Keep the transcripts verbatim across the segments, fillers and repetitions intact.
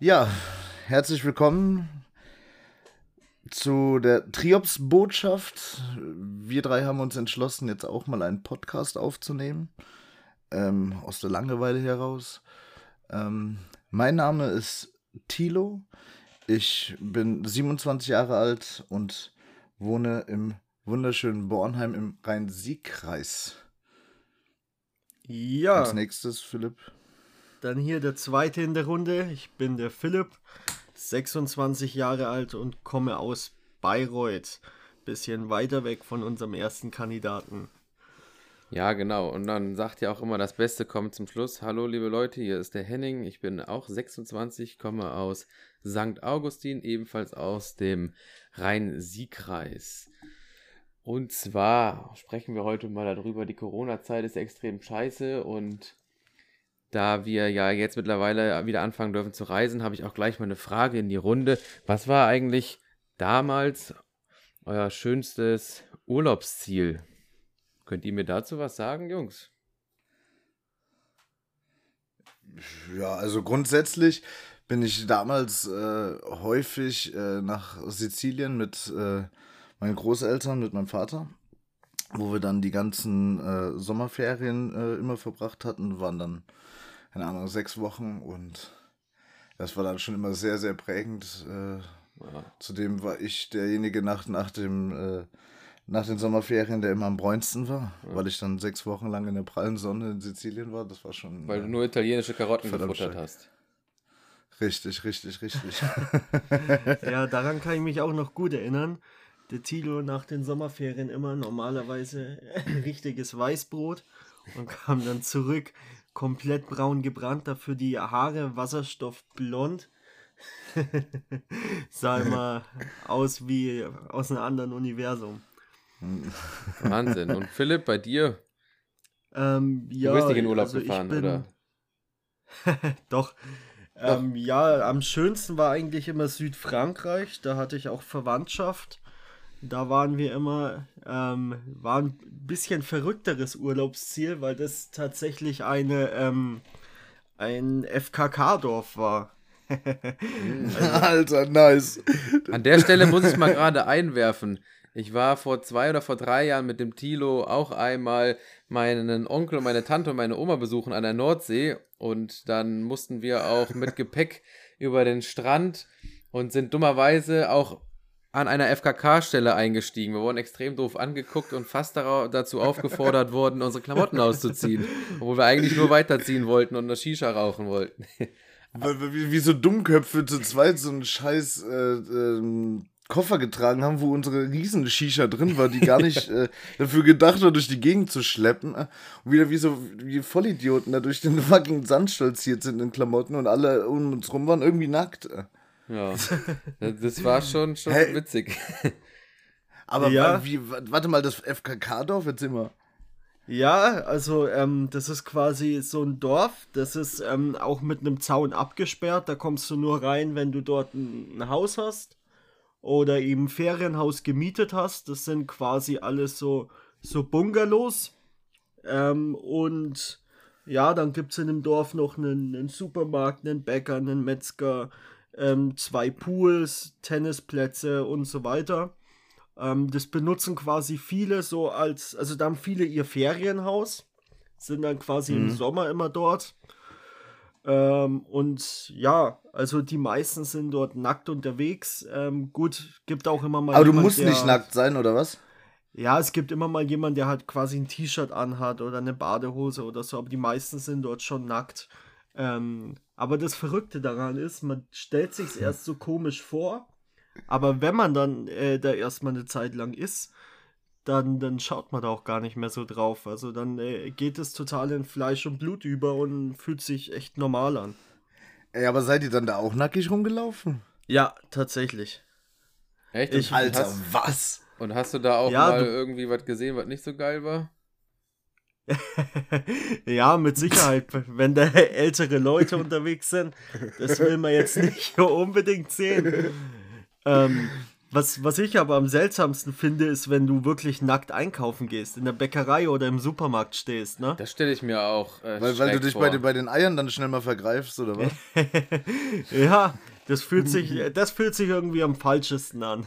Ja, herzlich willkommen zu der Triops-Botschaft. Wir drei haben uns entschlossen, jetzt auch mal einen Podcast aufzunehmen, ähm, aus der Langeweile heraus. Ähm, mein Name ist Thilo, ich bin siebenundzwanzig Jahre alt und wohne im wunderschönen Bornheim im Rhein-Sieg-Kreis. Als Ja, nächstes, Philipp. dann hier der zweite in der Runde. Ich bin der Philipp, sechsundzwanzig Jahre alt und komme aus Bayreuth. Bisschen weiter weg von unserem ersten Kandidaten. Ja, genau. Und dann sagt ja auch immer, das Beste kommt zum Schluss. Hallo, liebe Leute, hier ist der Henning. Ich bin auch sechsundzwanzig, komme aus Sankt Augustin, ebenfalls aus dem Rhein-Sieg-Kreis. Und zwar sprechen wir heute mal darüber, die Corona-Zeit ist extrem scheiße und da wir ja jetzt mittlerweile wieder anfangen dürfen zu reisen, habe ich auch gleich mal eine Frage in die Runde. Was war eigentlich damals euer schönstes Urlaubsziel? Könnt ihr mir dazu was sagen, Jungs? Ja, also grundsätzlich bin ich damals äh, häufig äh, nach Sizilien mit äh, meinen Großeltern, mit meinem Vater, wo wir dann die ganzen äh, Sommerferien äh, immer verbracht hatten, waren dann, keine Ahnung, sechs Wochen und das war dann schon immer sehr, sehr prägend. Äh, Ja. zudem war ich derjenige nach, nach dem äh, nach den Sommerferien, der immer am bräunsten war, Ja. weil ich dann sechs Wochen lang in der prallen Sonne in Sizilien war. Das war schon Weil du äh, nur italienische Karotten verdammt gefuttert stark. hast. Richtig, richtig, richtig. Ja, daran kann ich mich auch noch gut erinnern. Der Thilo nach den Sommerferien immer normalerweise richtiges Weißbrot und kam dann zurück, komplett braun gebrannt, dafür die Haare wasserstoffblond. Sah immer aus wie aus einem anderen Universum. Wahnsinn. Und Philipp, bei dir? Ähm, Du ja, bist nicht in Urlaub also ich gefahren, bin, oder? doch, ähm, ja, am schönsten war eigentlich immer Südfrankreich, da hatte ich auch Verwandtschaft. Da waren wir immer, ähm, war ein bisschen verrückteres Urlaubsziel, weil das tatsächlich eine, ähm, ein F K K-Dorf war. Alter, nice. An der Stelle muss ich mal gerade einwerfen. Ich war vor zwei oder vor drei Jahren mit dem Thilo auch einmal meinen Onkel und meine Tante und meine Oma besuchen an der Nordsee und dann mussten wir auch mit Gepäck über den Strand und sind dummerweise auch an einer F K K-Stelle eingestiegen. Wir wurden extrem doof angeguckt und fast dara- dazu aufgefordert worden, unsere Klamotten auszuziehen, obwohl wir eigentlich nur weiterziehen wollten und eine Shisha rauchen wollten. Wie, wie, wie so Dummköpfe zu zweit so einen scheiß äh, ähm, Koffer getragen haben, wo unsere riesen Shisha drin war, die gar nicht äh, dafür gedacht war, durch die Gegend zu schleppen. Äh, und wieder wie so wie Vollidioten da durch den fucking Sand stolziert sind in Klamotten und alle um uns rum waren irgendwie nackt. Äh. Ja, das war schon, schon Hey. witzig. Aber Ja. wa- wie, wa- warte mal, das F K K-Dorf, jetzt immer. Ja, also ähm, das ist quasi so ein Dorf, das ist ähm, auch mit einem Zaun abgesperrt, da kommst du nur rein, wenn du dort ein, ein Haus hast oder eben ein Ferienhaus gemietet hast. Das sind quasi alles so, so Bungalows. Ähm, und ja, dann gibt es in dem Dorf noch einen, einen Supermarkt, einen Bäcker, einen Metzger, ähm, zwei Pools, Tennisplätze und so weiter. Ähm, das benutzen quasi viele so als, also da haben viele ihr Ferienhaus, sind dann quasi im Mhm. Sommer immer dort. Ähm, und ja, also die meisten sind dort nackt unterwegs. Ähm, gut, gibt auch immer mal Aber du jemand, musst der, nicht nackt sein, oder was? Ja, es gibt immer mal jemand, der halt quasi ein T-Shirt anhat oder eine Badehose oder so, aber die meisten sind dort schon nackt. Ähm, aber das Verrückte daran ist, man stellt sich's erst so komisch vor, aber wenn man dann äh, da erstmal eine Zeit lang ist, dann, dann schaut man da auch gar nicht mehr so drauf. Also dann äh, geht es total in Fleisch und Blut über und fühlt sich echt normal an. Ey, aber seid ihr dann da auch nackig rumgelaufen? Ja, tatsächlich. Echt? Ich- Und Alter, hast, was? und hast du da auch Ja, mal du- irgendwie was gesehen, was nicht so geil war? Ja, mit Sicherheit, wenn da ältere Leute unterwegs sind, das will man jetzt nicht unbedingt sehen. Ähm, Was, was ich aber am seltsamsten finde, ist, wenn du wirklich nackt einkaufen gehst, in der Bäckerei oder im Supermarkt stehst, ne? Das stelle ich mir auch äh, Weil, weil du dich vor. bei, den- bei den Eiern dann schnell mal vergreifst, oder was? Ja, das fühlt sich, das fühlt sich irgendwie am falschesten an.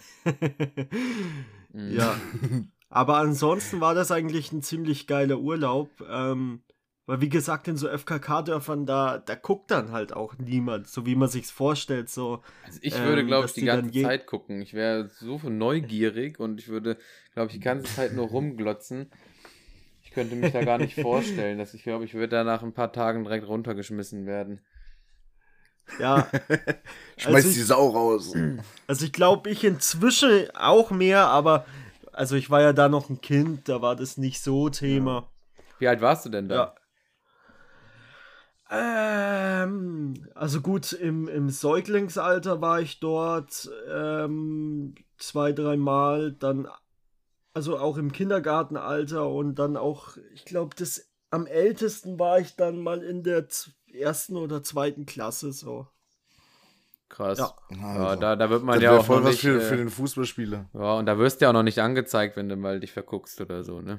Ja. Aber ansonsten war das eigentlich ein ziemlich geiler Urlaub. Ähm, weil wie gesagt, in so F K K-Dörfern, da, da guckt dann halt auch niemand, so wie man sich's vorstellt. So, Also ich ähm, würde, glaube ich, dass die die dann ganze je- Zeit gucken. Ich wäre so neugierig und ich würde, glaube ich, die ganze Zeit nur rumglotzen. Ich könnte mich da gar nicht vorstellen, dass ich glaube, ich würde da nach ein paar Tagen direkt runtergeschmissen werden. Ja, Schmeiß Also die ich- Sau raus. also ich glaube, ich inzwischen auch mehr, aber also ich war ja da noch ein Kind, da war das nicht so Thema. Wie alt warst du denn da? Ja. Ähm, also gut, im, im Säuglingsalter war ich dort ähm, zwei, dreimal, dann, also auch im Kindergartenalter und dann auch, ich glaube, das am ältesten war ich dann mal in der z- ersten oder zweiten Klasse so. Krass. Ja. Ja, Also, da, da wird man das ja wäre auch voll noch was nicht, für, äh, für den Fußballspieler. ja, und da wirst du ja auch noch nicht angezeigt, wenn du mal dich verguckst oder so, ne?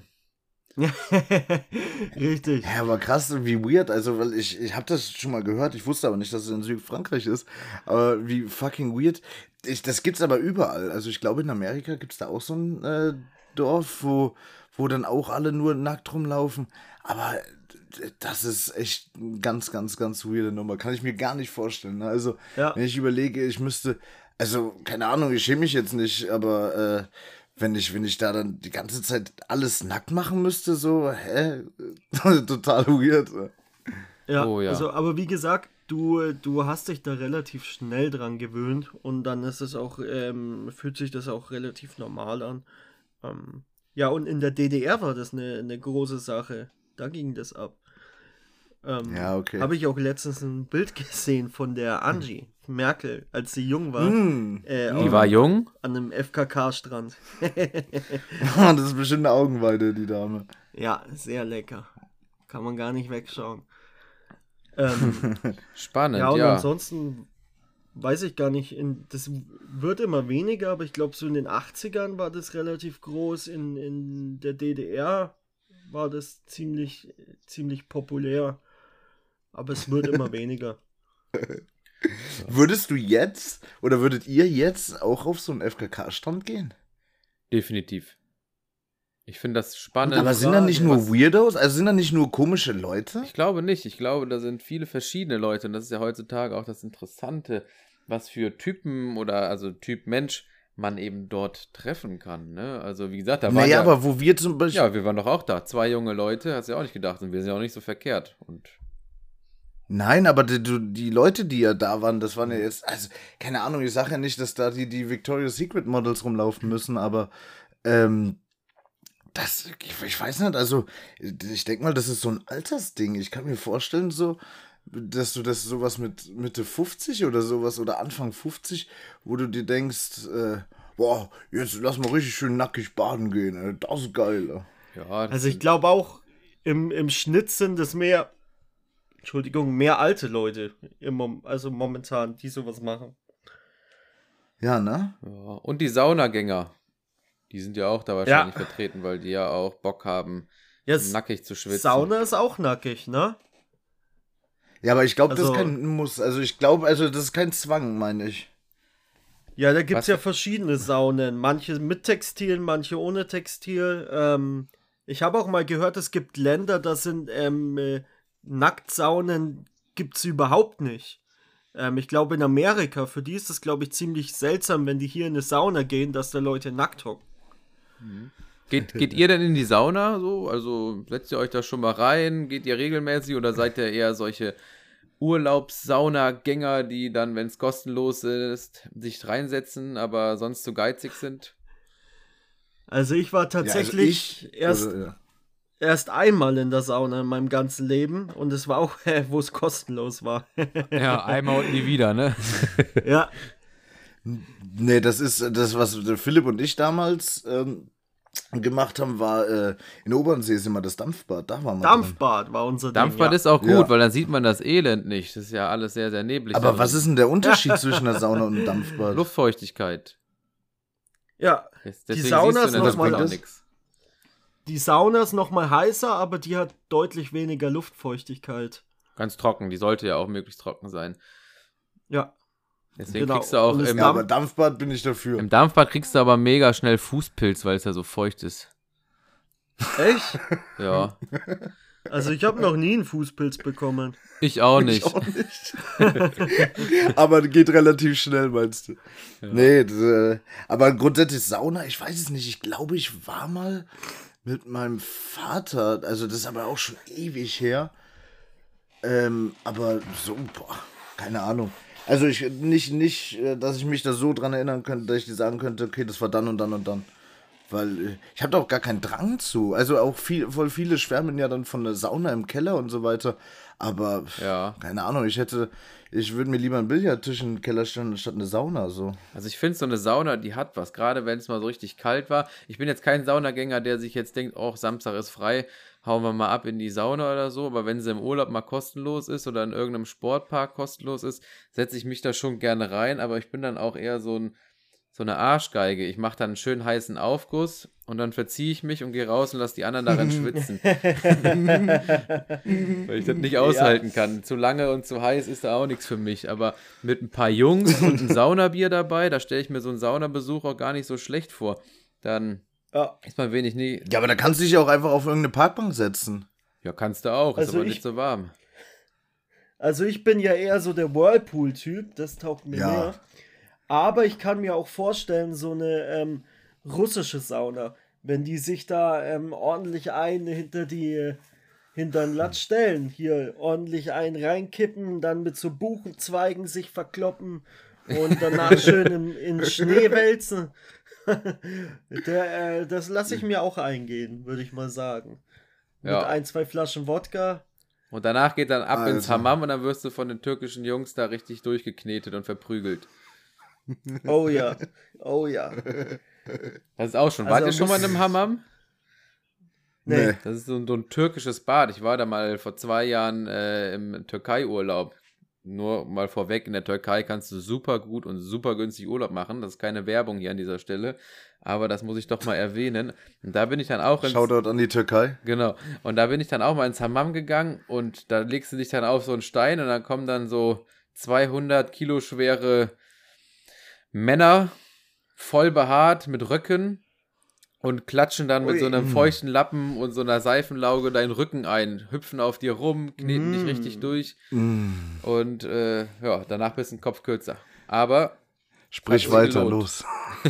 Richtig. Ja, aber krass, wie weird. Also, weil ich, ich habe das schon mal gehört. Ich wusste aber nicht, dass es in Südfrankreich ist. Aber wie fucking weird. Ich, das gibt's aber überall. Also, ich glaube, in Amerika gibt's da auch so ein äh, Dorf, wo, wo dann auch alle nur nackt rumlaufen. Aber das ist echt eine ganz, ganz, ganz weirde Nummer. Kann ich mir gar nicht vorstellen. Ne? Also, Ja. wenn ich überlege, ich müsste, also, keine Ahnung, ich schäme mich jetzt nicht, aber äh, wenn ich, wenn ich da dann die ganze Zeit alles nackt machen müsste, so, hä? Total weird. Ja, Oh ja. also, aber wie gesagt, du, du hast dich da relativ schnell dran gewöhnt und dann ist es auch, ähm, fühlt sich das auch relativ normal an. Ähm, ja, und in der D D R war das eine, eine große Sache. Da ging das ab. Ähm, Ja, okay. Habe ich auch letztens ein Bild gesehen von der Angie Merkel, als sie jung war, Hm. äh, Die auf- war jung? an einem F K K-Strand. Das ist bestimmt eine Augenweide, die Dame. Ja, sehr lecker. Kann man gar nicht wegschauen. Ähm, Spannend, Ja, und ja. ansonsten weiß ich gar nicht, in, das wird immer weniger, aber ich glaube, so in den achtzigern war das relativ groß. In, in der D D R war das ziemlich, ziemlich populär. Aber es wird immer weniger. Würdest du jetzt oder würdet ihr jetzt auch auf so einen F K K-Stand gehen? Definitiv. Ich finde das spannend. Aber sind da nicht nur Was- Weirdos? Also sind da nicht nur komische Leute? Ich glaube nicht. Ich glaube, da sind viele verschiedene Leute und das ist ja heutzutage auch das Interessante, was für Typen oder also Typ Mensch man eben dort treffen kann. Ne? Also wie gesagt, da waren Naja, ja, aber wo wir zum Beispiel. ja, wir waren doch auch da. Zwei junge Leute, hast du ja auch nicht gedacht und wir sind ja auch nicht so verkehrt. Und Nein, aber die, du- die Leute, die ja da waren, das waren ja jetzt, also, keine Ahnung, ich sage ja nicht, dass da die, die Victoria's Secret Models rumlaufen müssen, aber ähm, das, ich, ich weiß nicht, also, ich denke mal, das ist so ein Altersding. Ich kann mir vorstellen, so, dass du das sowas mit Mitte fünfzig oder sowas oder Anfang fünfzig, wo du dir denkst, äh, boah, jetzt lass mal richtig schön nackig baden gehen, ey, das ist geil. Ey. ja, das Also ich sind- glaube auch, im, im Schnitt sind es mehr, Entschuldigung, mehr alte Leute, im, Mom- also momentan, die sowas machen. Ja, ne? ja. Und die Saunagänger, die sind ja auch da wahrscheinlich vertreten, weil die ja auch Bock haben, Ja, s- nackig zu schwitzen. Sauna ist auch nackig, ne? Ja, aber ich glaube, das Also- ist kein Muss. Also ich glaube, also das ist kein Zwang, meine ich. Ja, da gibt Was- es ja verschiedene Saunen. Manche mit Textil, manche ohne Textil. Ähm, ich habe auch mal gehört, es gibt Länder, da sind ähm, äh, Nacktsaunen gibt es überhaupt nicht. Ähm, ich glaube in Amerika, für die ist es, glaube ich, ziemlich seltsam, wenn die hier in eine Sauna gehen, dass da Leute nackt hocken. Geht, geht ihr denn in die Sauna so? Also setzt ihr euch da schon mal rein? Geht ihr regelmäßig oder seid ihr eher solche Urlaubssaunagänger, die dann, wenn es kostenlos ist, sich reinsetzen, aber sonst zu geizig sind? Also ich war Ja, also tatsächlich ich- erst, oder, ja. erst einmal in der Sauna in meinem ganzen Leben und es war auch, äh, wo es kostenlos war. Ja, einmal und nie wieder, ne? Ja, Nee, das ist das, was der Philipp und ich damals ähm, gemacht haben, war äh, in Obernsee ist immer das Dampfbad. Da waren wir drin. Dampfbad war unser Dampfbad Ding. Ja. ist auch gut, Ja. weil dann sieht man das Elend nicht. Das ist ja alles sehr, sehr neblig. Aber da was drin. ist denn der Unterschied zwischen einer Sauna und einem Dampfbad? Luftfeuchtigkeit. Ja, Des- die Deswegen Sauna siehst ist du in der nochmal Sauna das? nix. die Sauna ist noch mal heißer, aber die hat deutlich weniger Luftfeuchtigkeit. Ganz trocken, die sollte ja auch möglichst trocken sein. Ja, Deswegen Genau. kriegst du auch Und es im, Ja, Dampf- aber Dampfbad bin ich dafür. im Dampfbad kriegst du aber mega schnell Fußpilz, weil es ja so feucht ist. echt? Ja, Also ich habe noch nie einen Fußpilz bekommen. ich auch Ich nicht. auch nicht. Aber geht relativ schnell, meinst du? Ja. Nee, das, äh, aber grundsätzlich Sauna, ich weiß es nicht. Ich glaube, ich war mal mit meinem Vater, also das ist aber auch schon ewig her. Ähm, aber so, boah, keine Ahnung. Also ich nicht, nicht, äh, dass ich mich da so dran erinnern könnte, dass ich dir sagen könnte, okay, das war dann und dann und dann. Weil äh, ich habe da auch gar keinen Drang zu. Also auch viel, voll viele schwärmen ja dann von der Sauna im Keller und so weiter. Aber pff, Ja. keine Ahnung, ich hätte, ich würde mir lieber einen Billardtisch in den Keller stellen, anstatt eine Sauna. So. Also ich finde so eine Sauna, die hat was, gerade wenn es mal so richtig kalt war. Ich bin jetzt kein Saunagänger, der sich jetzt denkt, oh, Samstag ist frei, hauen wir mal ab in die Sauna oder so. Aber wenn sie im Urlaub mal kostenlos ist oder in irgendeinem Sportpark kostenlos ist, setze ich mich da schon gerne rein. Aber ich bin dann auch eher so ein so eine Arschgeige. Ich mache dann einen schön heißen Aufguss und dann verziehe ich mich und gehe raus und lasse die anderen darin schwitzen. Weil ich das nicht aushalten kann. Zu lange und zu heiß ist da auch nichts für mich. Aber mit ein paar Jungs und ein Saunabier dabei, da stelle ich mir so einen Saunabesuch auch gar nicht so schlecht vor. Dann Ja. ist man wenig nie. Ja, aber da kannst du dich auch einfach auf irgendeine Parkbank setzen. Ja, kannst du auch. Ist Also aber ich- nicht so warm. Also ich bin ja eher so der Whirlpool-Typ, das taugt mir Ja. mehr. Aber ich kann mir auch vorstellen, so eine ähm, russische Sauna, wenn die sich da ähm, ordentlich ein hinter die hinter den Latz stellen, hier ordentlich einen reinkippen, dann mit so Buchenzweigen sich verkloppen und danach schön in, in Schnee wälzen. Der, äh, das lasse ich mir auch eingehen, würde ich mal sagen. Mit Ja. ein, zwei Flaschen Wodka. Und danach geht dann ab ins Also. Hammam und dann wirst du von den türkischen Jungs da richtig durchgeknetet und verprügelt. Oh ja, oh ja. Das ist auch schon. Also Wart ihr muss- schon mal in einem Hammam? Nee. Das ist so ein, so ein türkisches Bad. Ich war da mal vor zwei Jahren äh, im Türkei-Urlaub. Nur mal vorweg, in der Türkei kannst du super gut und super günstig Urlaub machen. Das ist keine Werbung hier an dieser Stelle. Aber das muss ich doch mal erwähnen. Und da bin ich dann auch ins... Shoutout an die Türkei. Genau. Und da bin ich dann auch mal ins Hammam gegangen und da legst du dich dann auf so einen Stein und dann kommen dann so zweihundert Kilo schwere Männer, voll behaart mit Röcken und klatschen dann mit Ui. so einem feuchten Lappen und so einer Seifenlauge deinen Rücken ein, hüpfen auf dir rum, kneten dich Mm. richtig durch Mm. und äh, ja, danach bist du ein Kopf kürzer. Aber Sprich Hat sich weiter, gelohnt. los.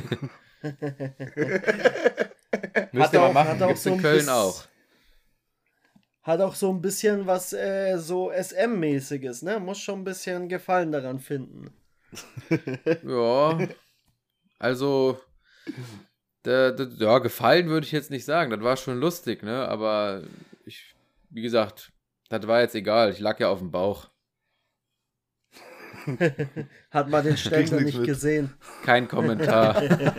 müsst ihr mal auch- machen, hat auch gibt's so in ein Köln bisschen- auch. Hat auch so ein bisschen was äh, so S M-mäßiges, ne? Muss schon ein bisschen Gefallen daran finden. Ja, also, da, da, ja, gefallen würde ich jetzt nicht sagen. Das war schon lustig, ne? Aber ich, wie gesagt, das war jetzt egal. Ich lag ja auf dem Bauch. Hat man den Ständer nichts nicht mit. gesehen. Kein Kommentar.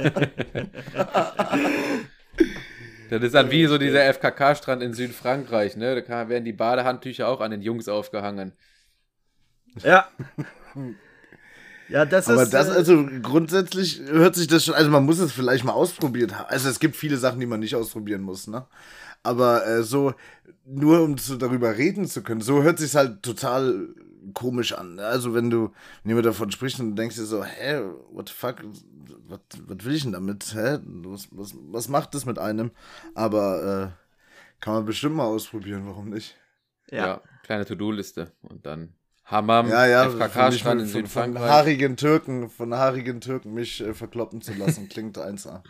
Das ist dann wie so dieser F K K-Strand in Südfrankreich, ne? Da kann, werden die Badehandtücher auch an den Jungs aufgehangen. Ja. Ja, das Aber ist. das, äh, also grundsätzlich hört sich das schon, also man muss es vielleicht mal ausprobiert haben. Also es gibt viele Sachen, die man nicht ausprobieren muss, ne? Aber äh, so, nur um zu, darüber reden zu können, so hört sich halt total komisch an. Ne? Also wenn du, wenn jemand davon spricht und du denkst dir so, hä, what the fuck, was, was will ich denn damit? Hä? Was, was, was macht das mit einem? Aber äh, kann man bestimmt mal ausprobieren, warum nicht? Ja, ja. kleine To-Do-Liste. Und dann Hammam, Ja, ja, F K für mich K-Strand in von, von, von Südfrankreich. haarigen Türken, von haarigen Türken mich äh, verkloppen zu lassen, klingt eins A.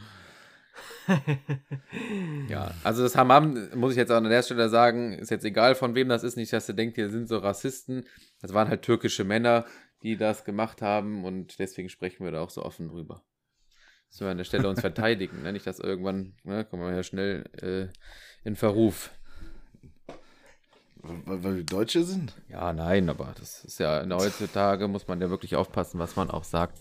Ja, also das Hammam, muss ich jetzt auch an der Stelle sagen, ist jetzt egal von wem das ist, nicht, dass ihr denkt, hier sind so Rassisten. Das waren halt türkische Männer, die das gemacht haben und deswegen sprechen wir da auch so offen drüber. Müssen wir an der Stelle uns verteidigen, ne? Nicht, dass irgendwann, ne, kommen wir ja schnell äh, in Verruf. Weil, weil wir Deutsche sind? Ja, nein, aber das ist ja, in der heutzutage muss man ja wirklich aufpassen, was man auch sagt.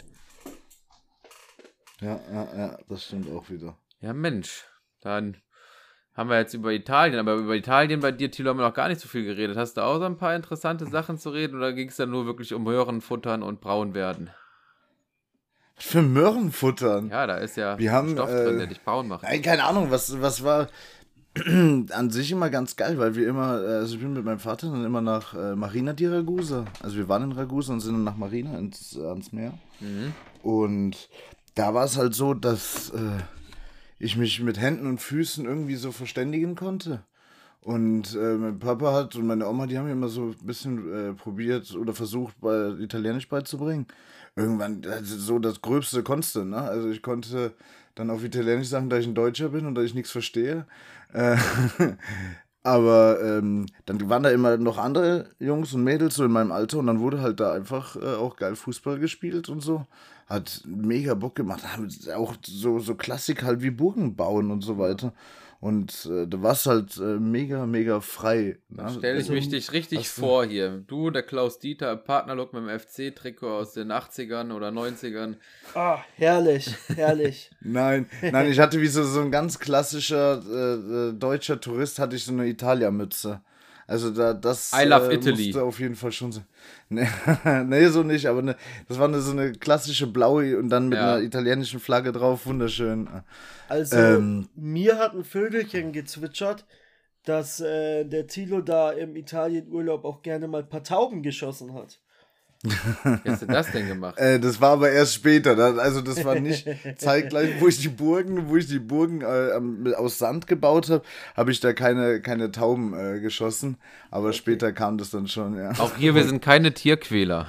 Ja, ja, ja, das stimmt auch wieder. Ja, Mensch, dann haben wir jetzt über Italien, aber über Italien bei dir, Thilo, haben wir noch gar nicht so viel geredet. Hast du auch so ein paar interessante Sachen zu reden oder ging es dann nur wirklich um Hören, Futtern und Braun werden? Für Möhrenfuttern. Ja, da ist ja Wir haben, Stoff äh, drin, der dich braun macht. Nein, keine Ahnung, was, was war an sich immer ganz geil, weil wir immer, also ich bin mit meinem Vater dann immer nach äh, Marina di Ragusa. Also wir waren in Ragusa und sind dann nach Marina ins, äh, ans Meer. Mhm. Und da war es halt so, dass äh, ich mich mit Händen und Füßen irgendwie so verständigen konnte. Und äh, mein Papa hat und meine Oma, die haben mir immer so ein bisschen äh, probiert oder versucht, bei Italienisch beizubringen. Irgendwann, also so das Gröbste konntest du, ne? Also ich konnte dann auf Italienisch sagen, dass ich ein Deutscher bin und dass ich nichts verstehe. Äh, aber ähm, dann waren da immer noch andere Jungs und Mädels so in meinem Alter und dann wurde halt da einfach äh, auch geil Fußball gespielt und so. Hat mega Bock gemacht. Auch so, so Klassik halt wie Burgen bauen und so weiter. Und äh, du warst halt äh, mega, mega frei. Dann Ne? stell ich Also, mich dich richtig hast du- vor hier. Du, der Klaus Dieter, Partnerlook mit dem F C-Trikot aus den achtzigern oder neunzigern. Ah, herrlich, herrlich. Nein, nein, ich hatte wie so, so ein ganz klassischer äh, äh, deutscher Tourist, hatte ich so eine Italia-Mütze. Also da, das I love äh, Italy. musste auf jeden Fall schon sein. Nee, nee, so nicht, aber ne, das war eine, so eine klassische blaue und dann mit Ja. einer italienischen Flagge drauf, wunderschön. Also, Ähm. mir hat ein Vögelchen gezwitschert, dass äh, der Thilo da im Italienurlaub auch gerne mal ein paar Tauben geschossen hat. Wie hast du das denn gemacht? Äh, das war aber erst später. Da, also das war nicht zeitgleich, wo ich die Burgen, wo ich die Burgen äh, am- aus Sand gebaut habe, habe ich da keine, keine Tauben äh, geschossen. Aber später kam das dann schon, ja. Auch hier, wir sind keine Tierquäler.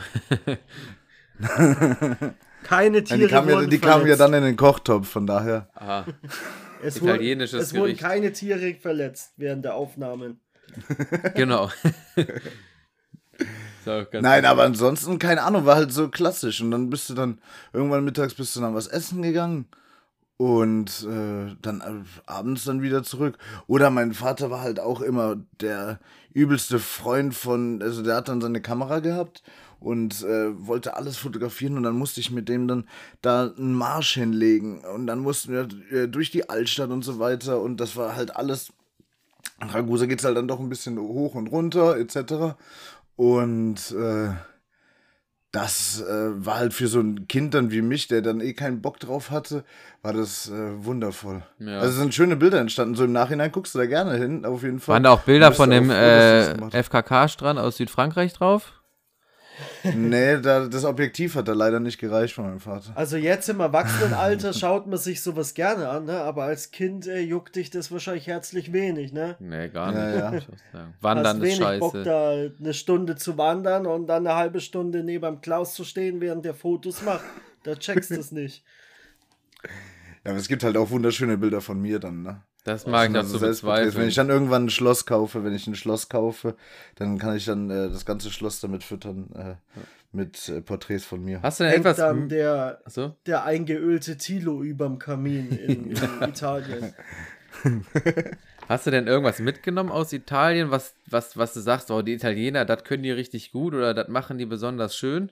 Keine Ja, Tiere die kamen, ja, wurden die kamen ja verletzt. dann in den Kochtopf, von daher. Aha. Es italienisches wurden, es wurden Gericht. keine Tiere verletzt während der Aufnahmen. Genau. Ist auch ganz Nein, gut. aber ansonsten, keine Ahnung, war halt so klassisch. Und dann bist du dann, irgendwann mittags bist du dann was essen gegangen. Und äh, dann äh, abends dann wieder zurück. Oder mein Vater war halt auch immer der übelste Freund von, also der hat dann seine Kamera gehabt und äh, wollte alles fotografieren und dann musste ich mit dem dann da einen Marsch hinlegen. Und dann mussten wir äh, durch die Altstadt und so weiter und das war halt alles. In Ragusa geht es halt dann doch ein bisschen hoch und runter, et cetera. Und äh, das äh, war halt für so ein Kind dann wie mich, der dann eh keinen Bock drauf hatte, war das äh, wundervoll. Ja. Also es sind schöne Bilder entstanden. So im Nachhinein guckst du da gerne hin, auf jeden Fall. Waren da auch Bilder Bist von du dem auch froh, dass du das äh, gemacht hast. F K K-Strand aus Südfrankreich drauf? Nee, da, das Objektiv hat da leider nicht gereicht von meinem Vater. Also jetzt im Erwachsenenalter schaut man sich sowas gerne an, ne? Aber als Kind äh, juckt dich das wahrscheinlich herzlich wenig, ne? Nee, gar nicht. Ja, ja. muss ich auch sagen. Wandern Hast ist wenig Bock, scheiße. da eine Stunde zu wandern und dann eine halbe Stunde neben dem Klaus zu stehen, während der Fotos macht. Da checkst du es nicht. Ja, aber es gibt halt auch wunderschöne Bilder von mir dann, ne? Das mag ich Also dazu Selbstporträts. Wenn ich bezweifeln. dann irgendwann ein Schloss kaufe, wenn ich ein Schloss kaufe, dann kann ich dann äh, das ganze Schloss damit füttern, äh, mit äh, Porträts von mir. Hast du denn Hängt etwas... dann der, Achso? der eingeölte Tilo überm Kamin in, in Italien. Hast du denn irgendwas mitgenommen aus Italien, was, was, was du sagst, oh, die Italiener, das können die richtig gut oder das machen die besonders schön?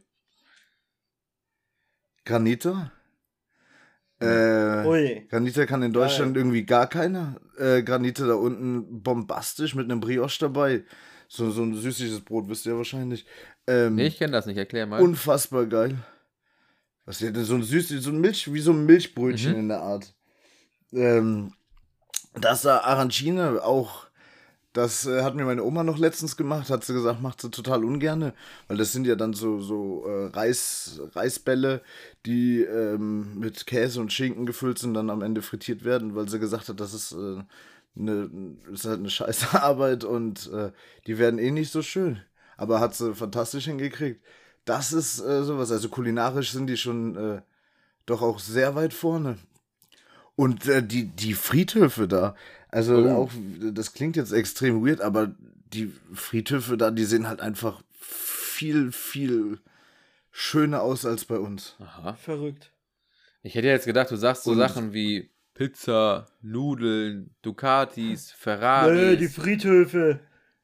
Granito? Äh, Ui. Granite kann in Deutschland Geil. irgendwie gar keiner. Äh, Granite da unten bombastisch mit einem Brioche dabei. So, so ein süßliches Brot, wisst ihr wahrscheinlich. Ähm, Nee, ich kenne das nicht, erklär mal. unfassbar geil. Was ist denn so ein süßes, so ein Milch, wie so ein Milchbrötchen Mhm. in der Art. Ähm, das da Arancine auch, das äh, hat mir meine Oma noch letztens gemacht, hat sie gesagt, macht sie total ungerne, weil das sind ja dann so, so äh, Reis, Reisbälle, die ähm, mit Käse und Schinken gefüllt sind, dann am Ende frittiert werden, weil sie gesagt hat, das ist, äh, eine, ist halt eine scheiße Arbeit und äh, die werden eh nicht so schön. Aber hat sie fantastisch hingekriegt. Das ist äh, sowas, also kulinarisch sind die schon äh, doch auch sehr weit vorne. Und äh, die, die Friedhöfe da, also Oh. auch, das klingt jetzt extrem weird, aber die Friedhöfe da, die sehen halt einfach viel, viel schöner aus als bei uns. Aha. Verrückt. Ich hätte jetzt gedacht, du sagst so Und- Sachen wie Pizza, Nudeln, Ducatis, Nö, Ferraris. die Friedhöfe.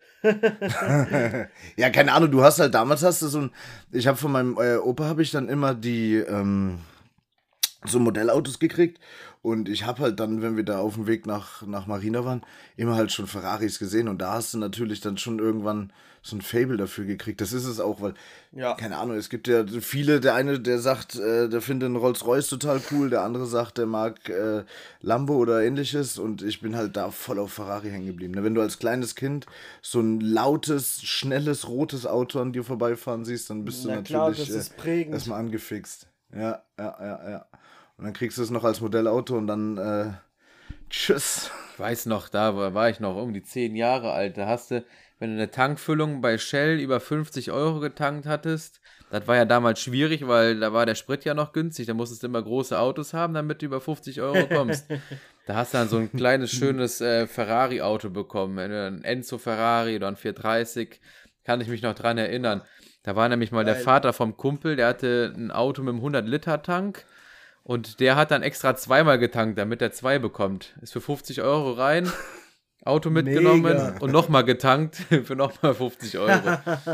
Ja, keine Ahnung, du hast halt, damals hast du so ein, ich habe von meinem äh, Opa habe ich dann immer die, ähm, so Modellautos gekriegt und ich habe halt dann, wenn wir da auf dem Weg nach, nach Marina waren, immer halt schon Ferraris gesehen und da hast du natürlich dann schon irgendwann so ein Faible dafür gekriegt. Das ist es auch, weil, Ja. keine Ahnung, es gibt ja viele, der eine, der sagt, äh, der findet einen Rolls-Royce total cool, der andere sagt, der mag äh, Lambo oder ähnliches und ich bin halt da voll auf Ferrari hängen geblieben. Ne? Wenn du als kleines Kind so ein lautes, schnelles, rotes Auto an dir vorbeifahren siehst, dann bist du Na klar, natürlich das ist äh, prägend. erstmal angefixt. Ja, ja, ja, ja. Und dann kriegst du es noch als Modellauto und dann äh, tschüss. Ich weiß noch, da war war ich noch irgendwie zehn Jahre alt. Da hast du, wenn du eine Tankfüllung bei Shell über fünfzig Euro getankt hattest, das war ja damals schwierig, weil da war der Sprit ja noch günstig. Da musstest du immer große Autos haben, damit du über fünfzig Euro kommst. Da hast du dann so ein kleines, schönes äh, Ferrari-Auto bekommen. Wenn du ein Enzo Ferrari oder ein vierhundertdreißig, kann ich mich noch dran erinnern. Da war nämlich mal der Geil. Vater vom Kumpel, der hatte ein Auto mit einem hundert-Liter-Tank. Und der hat dann extra zweimal getankt, damit er zwei bekommt. Ist für fünfzig Euro rein, Auto mitgenommen Mega. und nochmal getankt für nochmal fünfzig Euro.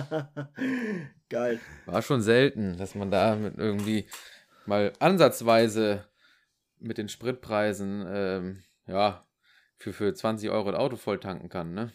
Geil. War schon selten, dass man da mit irgendwie mal ansatzweise mit den Spritpreisen ähm, ja, für, für zwanzig Euro ein Auto voll tanken kann, ne?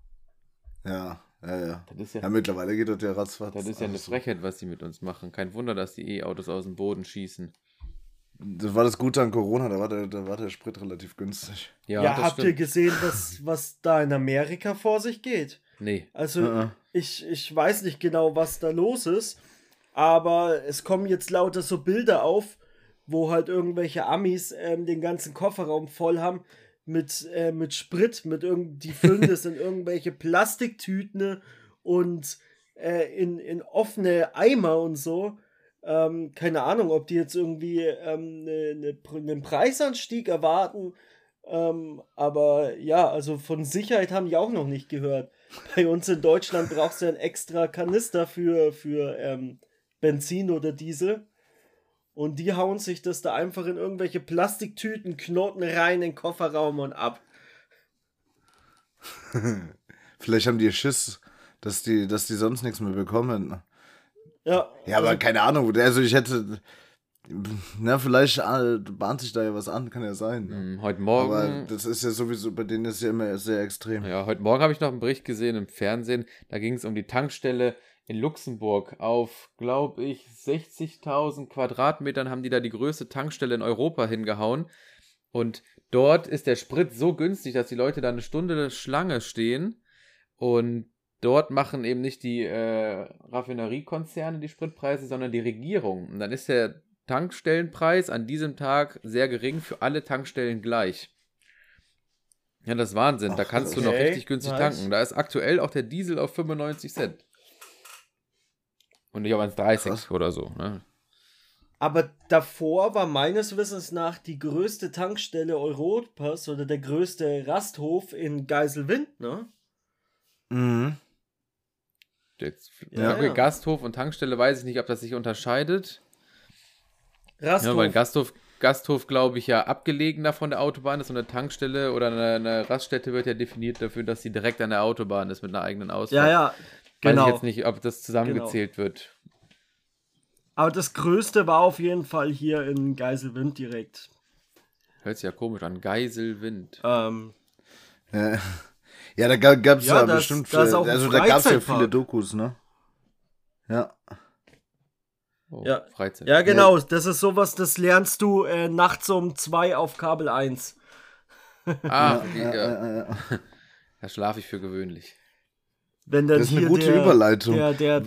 Ja, ja, ja. Das ist ja, Ja, mittlerweile geht das ja ratzfatz. das ist ja eine Also, Frechheit, was die mit uns machen. Kein Wunder, dass die E-Autos aus dem Boden schießen. Das war das Gute an Corona, da war der, da war der Sprit relativ günstig. Ja, Ja, das habt ihr stimmt. gesehen, was, was da in Amerika vor sich geht? Nee. Also, Ja. ich, ich weiß nicht genau, was da los ist, aber es kommen jetzt lauter so Bilder auf, wo halt irgendwelche Amis ähm, den ganzen Kofferraum voll haben mit, äh, mit Sprit, mit irgend, die füllen das in irgendwelche Plastiktüten und äh, in, in offene Eimer und so. Ähm, keine Ahnung, ob die jetzt irgendwie ähm, ne, ne, einen Preisanstieg erwarten. Ähm, aber ja, also von Sicherheit haben die auch noch nicht gehört. Bei uns in Deutschland brauchst du einen extra Kanister für, für ähm, Benzin oder Diesel. Und die hauen sich das da einfach in irgendwelche Plastiktüten, Knoten rein in den Kofferraum und ab. Vielleicht haben die Schiss, dass die, dass die sonst nichts mehr bekommen. Ja, Ja, aber also, keine Ahnung. Also ich hätte. Na, vielleicht äh, bahnt sich da ja was an, kann ja sein. Ne? Hm, Heute Aber Morgen. das ist ja sowieso, bei denen ist ja immer sehr extrem. Ja, heute Morgen habe ich noch einen Bericht gesehen im Fernsehen. Da ging es um die Tankstelle in Luxemburg. Auf, glaube ich, sechzigtausend Quadratmetern haben die da die größte Tankstelle in Europa hingehauen. Und dort ist der Sprit so günstig, dass die Leute da eine Stunde Schlange stehen. Und dort machen eben nicht die äh, Raffineriekonzerne die Spritpreise, sondern die Regierung. Und dann ist der Tankstellenpreis an diesem Tag sehr gering, für alle Tankstellen gleich. Ja, das ist Wahnsinn. Da Ach, kannst du okay. noch richtig günstig Nice. tanken. Da ist aktuell auch der Diesel auf fünfundneunzig Cent. Und nicht auf eins Komma dreißig Krass. oder so. Ne? aber davor war meines Wissens nach die größte Tankstelle Europas oder der größte Rasthof in Geiselwind, ne? Mhm. Jetzt, Ja, okay, ja. Gasthof und Tankstelle weiß ich nicht, ob das sich unterscheidet. Rasthof. Ja, weil Gasthof, Gasthof glaube ich, ja abgelegener von der Autobahn ist und eine Tankstelle oder eine, eine Raststätte wird ja definiert dafür, dass sie direkt an der Autobahn ist mit einer eigenen Ausfahrt. ja, ja, Weiß genau. ich jetzt nicht, ob das zusammengezählt wird. Aber das größte war auf jeden Fall hier in Geiselwind direkt. Hört sich ja komisch an. Geiselwind. Ähm, Ja, ja da gab es Ja, ja, das- bestimmt. da ist äh, auch ein also da gab es ja Freizeitpark. viele Dokus, ne? Ja. Oh, Ja. Freizeit. ja, genau. Das ist sowas, das lernst du äh, nachts um zwei auf Kabel eins. Ah, Ja, die, ja, ja, ja, ja. da schlafe ich für gewöhnlich. Wenn dann Das ist eine hier gute der, Überleitung. Der, der,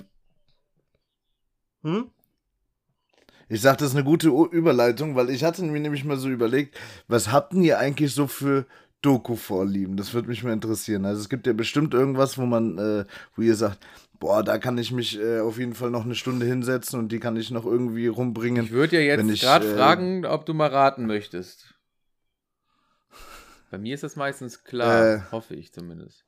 hm? Ich sag, das ist eine gute U- Überleitung, weil ich hatte mir nämlich mal so überlegt, was habt ihr eigentlich so für Doku-Vorlieben? Das würde mich mal interessieren. Also es gibt ja bestimmt irgendwas, wo man, äh, wo ihr sagt, boah, da kann ich mich äh, auf jeden Fall noch eine Stunde hinsetzen und die kann ich noch irgendwie rumbringen. Ich würde ja wenn jetzt ich, gerade äh, fragen, ob du mal raten möchtest. Bei mir ist das meistens klar, Äh. hoffe ich zumindest.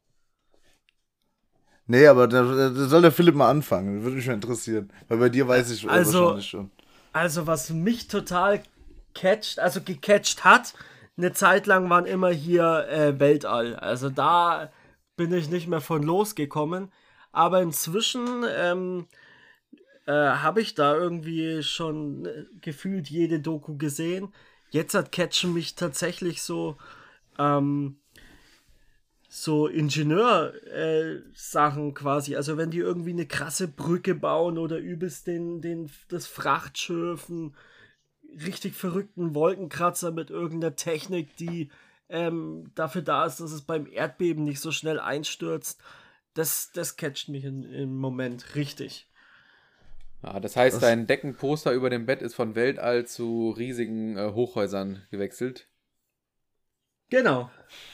Nee, aber da, da soll der Philipp mal anfangen. Das würde mich mal interessieren. Weil bei dir weiß ich äh, Also- wahrscheinlich schon. Also was mich total catcht, also gecatcht hat, eine Zeit lang waren immer hier äh, Weltall. Also da bin ich nicht mehr von losgekommen. Aber inzwischen ähm, äh, habe ich da irgendwie schon äh, gefühlt jede Doku gesehen. Jetzt hat catchen mich tatsächlich so ähm, so Ingenieur-Sachen äh, quasi. Also wenn die irgendwie eine krasse Brücke bauen oder übelst den, den, das Frachtschiffen, richtig verrückten Wolkenkratzer mit irgendeiner Technik, die ähm, dafür da ist, dass es beim Erdbeben nicht so schnell einstürzt. Das, das catcht mich in, im Moment richtig. Ah, das heißt, Das- dein Deckenposter über dem Bett ist von Weltall zu riesigen äh, Hochhäusern gewechselt. Genau.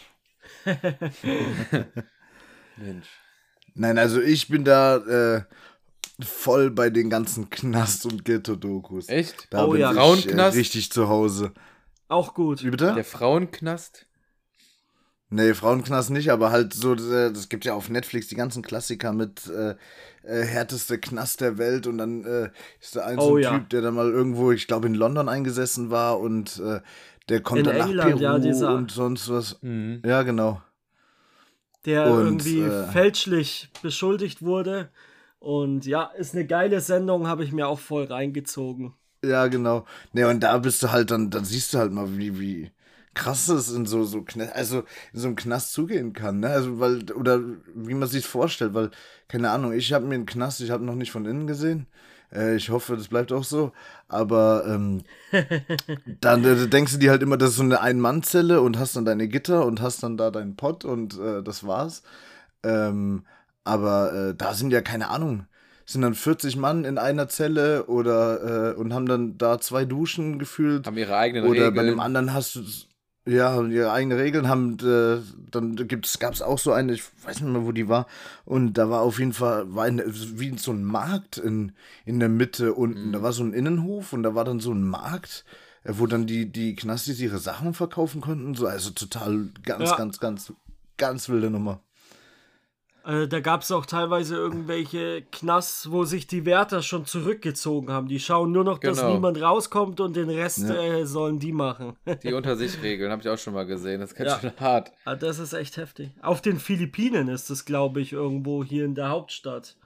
Mensch. Nein, also ich bin da äh, voll bei den ganzen Knast- und Ghetto-Dokus. Echt? Da Oh bin ja. ich äh, Frauenknast? richtig zu Hause. Auch gut. Wie bitte? Der Frauenknast? Nee, Frauenknast nicht, aber halt so, äh, das gibt ja auf Netflix die ganzen Klassiker mit äh, äh, härteste Knast der Welt und dann äh, ist da ein so Oh ein ja. Typ, der dann mal irgendwo, ich glaube in London eingesessen war und äh, der kommt In dann nach England, Peru ja, dieser- und sonst was. Mhm. Ja, genau. Der Und, irgendwie äh, fälschlich beschuldigt wurde. Und ja, ist eine geile Sendung, habe ich mir auch voll reingezogen. Ja, genau. Ne, und da bist du halt dann, dann siehst du halt mal, wie, wie krass es in so, so Knast, also in so einem Knast zugehen kann, ne? Also, weil, oder wie man sich vorstellt, weil, keine Ahnung, ich habe mir einen Knast, ich habe noch nicht von innen gesehen. Äh, ich hoffe, das bleibt auch so. Aber ähm, dann äh, denkst du dir halt immer, das ist so eine Ein-Mann-Zelle und hast dann deine Gitter und hast dann da deinen Pott und äh, das war's. Ähm, aber äh, da sind ja, keine Ahnung, sind dann vierzig Mann in einer Zelle oder äh, und haben dann da zwei Duschen gefühlt. Haben ihre eigenen Oder Regeln. bei dem anderen hast du ja ihre eigenen Regeln, haben äh, dann gibt's gab's auch so eine, ich weiß nicht mehr, wo die war, und da war auf jeden Fall war eine, wie so ein Markt in, in der Mitte unten. Mhm. Da war so ein Innenhof und da war dann so ein Markt, äh, wo dann die die Knastis ihre Sachen verkaufen konnten, so, also total ganz Ja. ganz ganz ganz wilde Nummer. Äh, da gab es auch teilweise irgendwelche Knasts, wo sich die Wärter schon zurückgezogen haben. Die schauen nur noch, dass Genau. niemand rauskommt und den Rest Ja. äh, sollen die machen. Die unter sich regeln, habe ich auch schon mal gesehen. Das ist ganz Ja. schön hart. Ah, das ist echt heftig. Auf den Philippinen ist es, glaube ich, irgendwo hier in der Hauptstadt.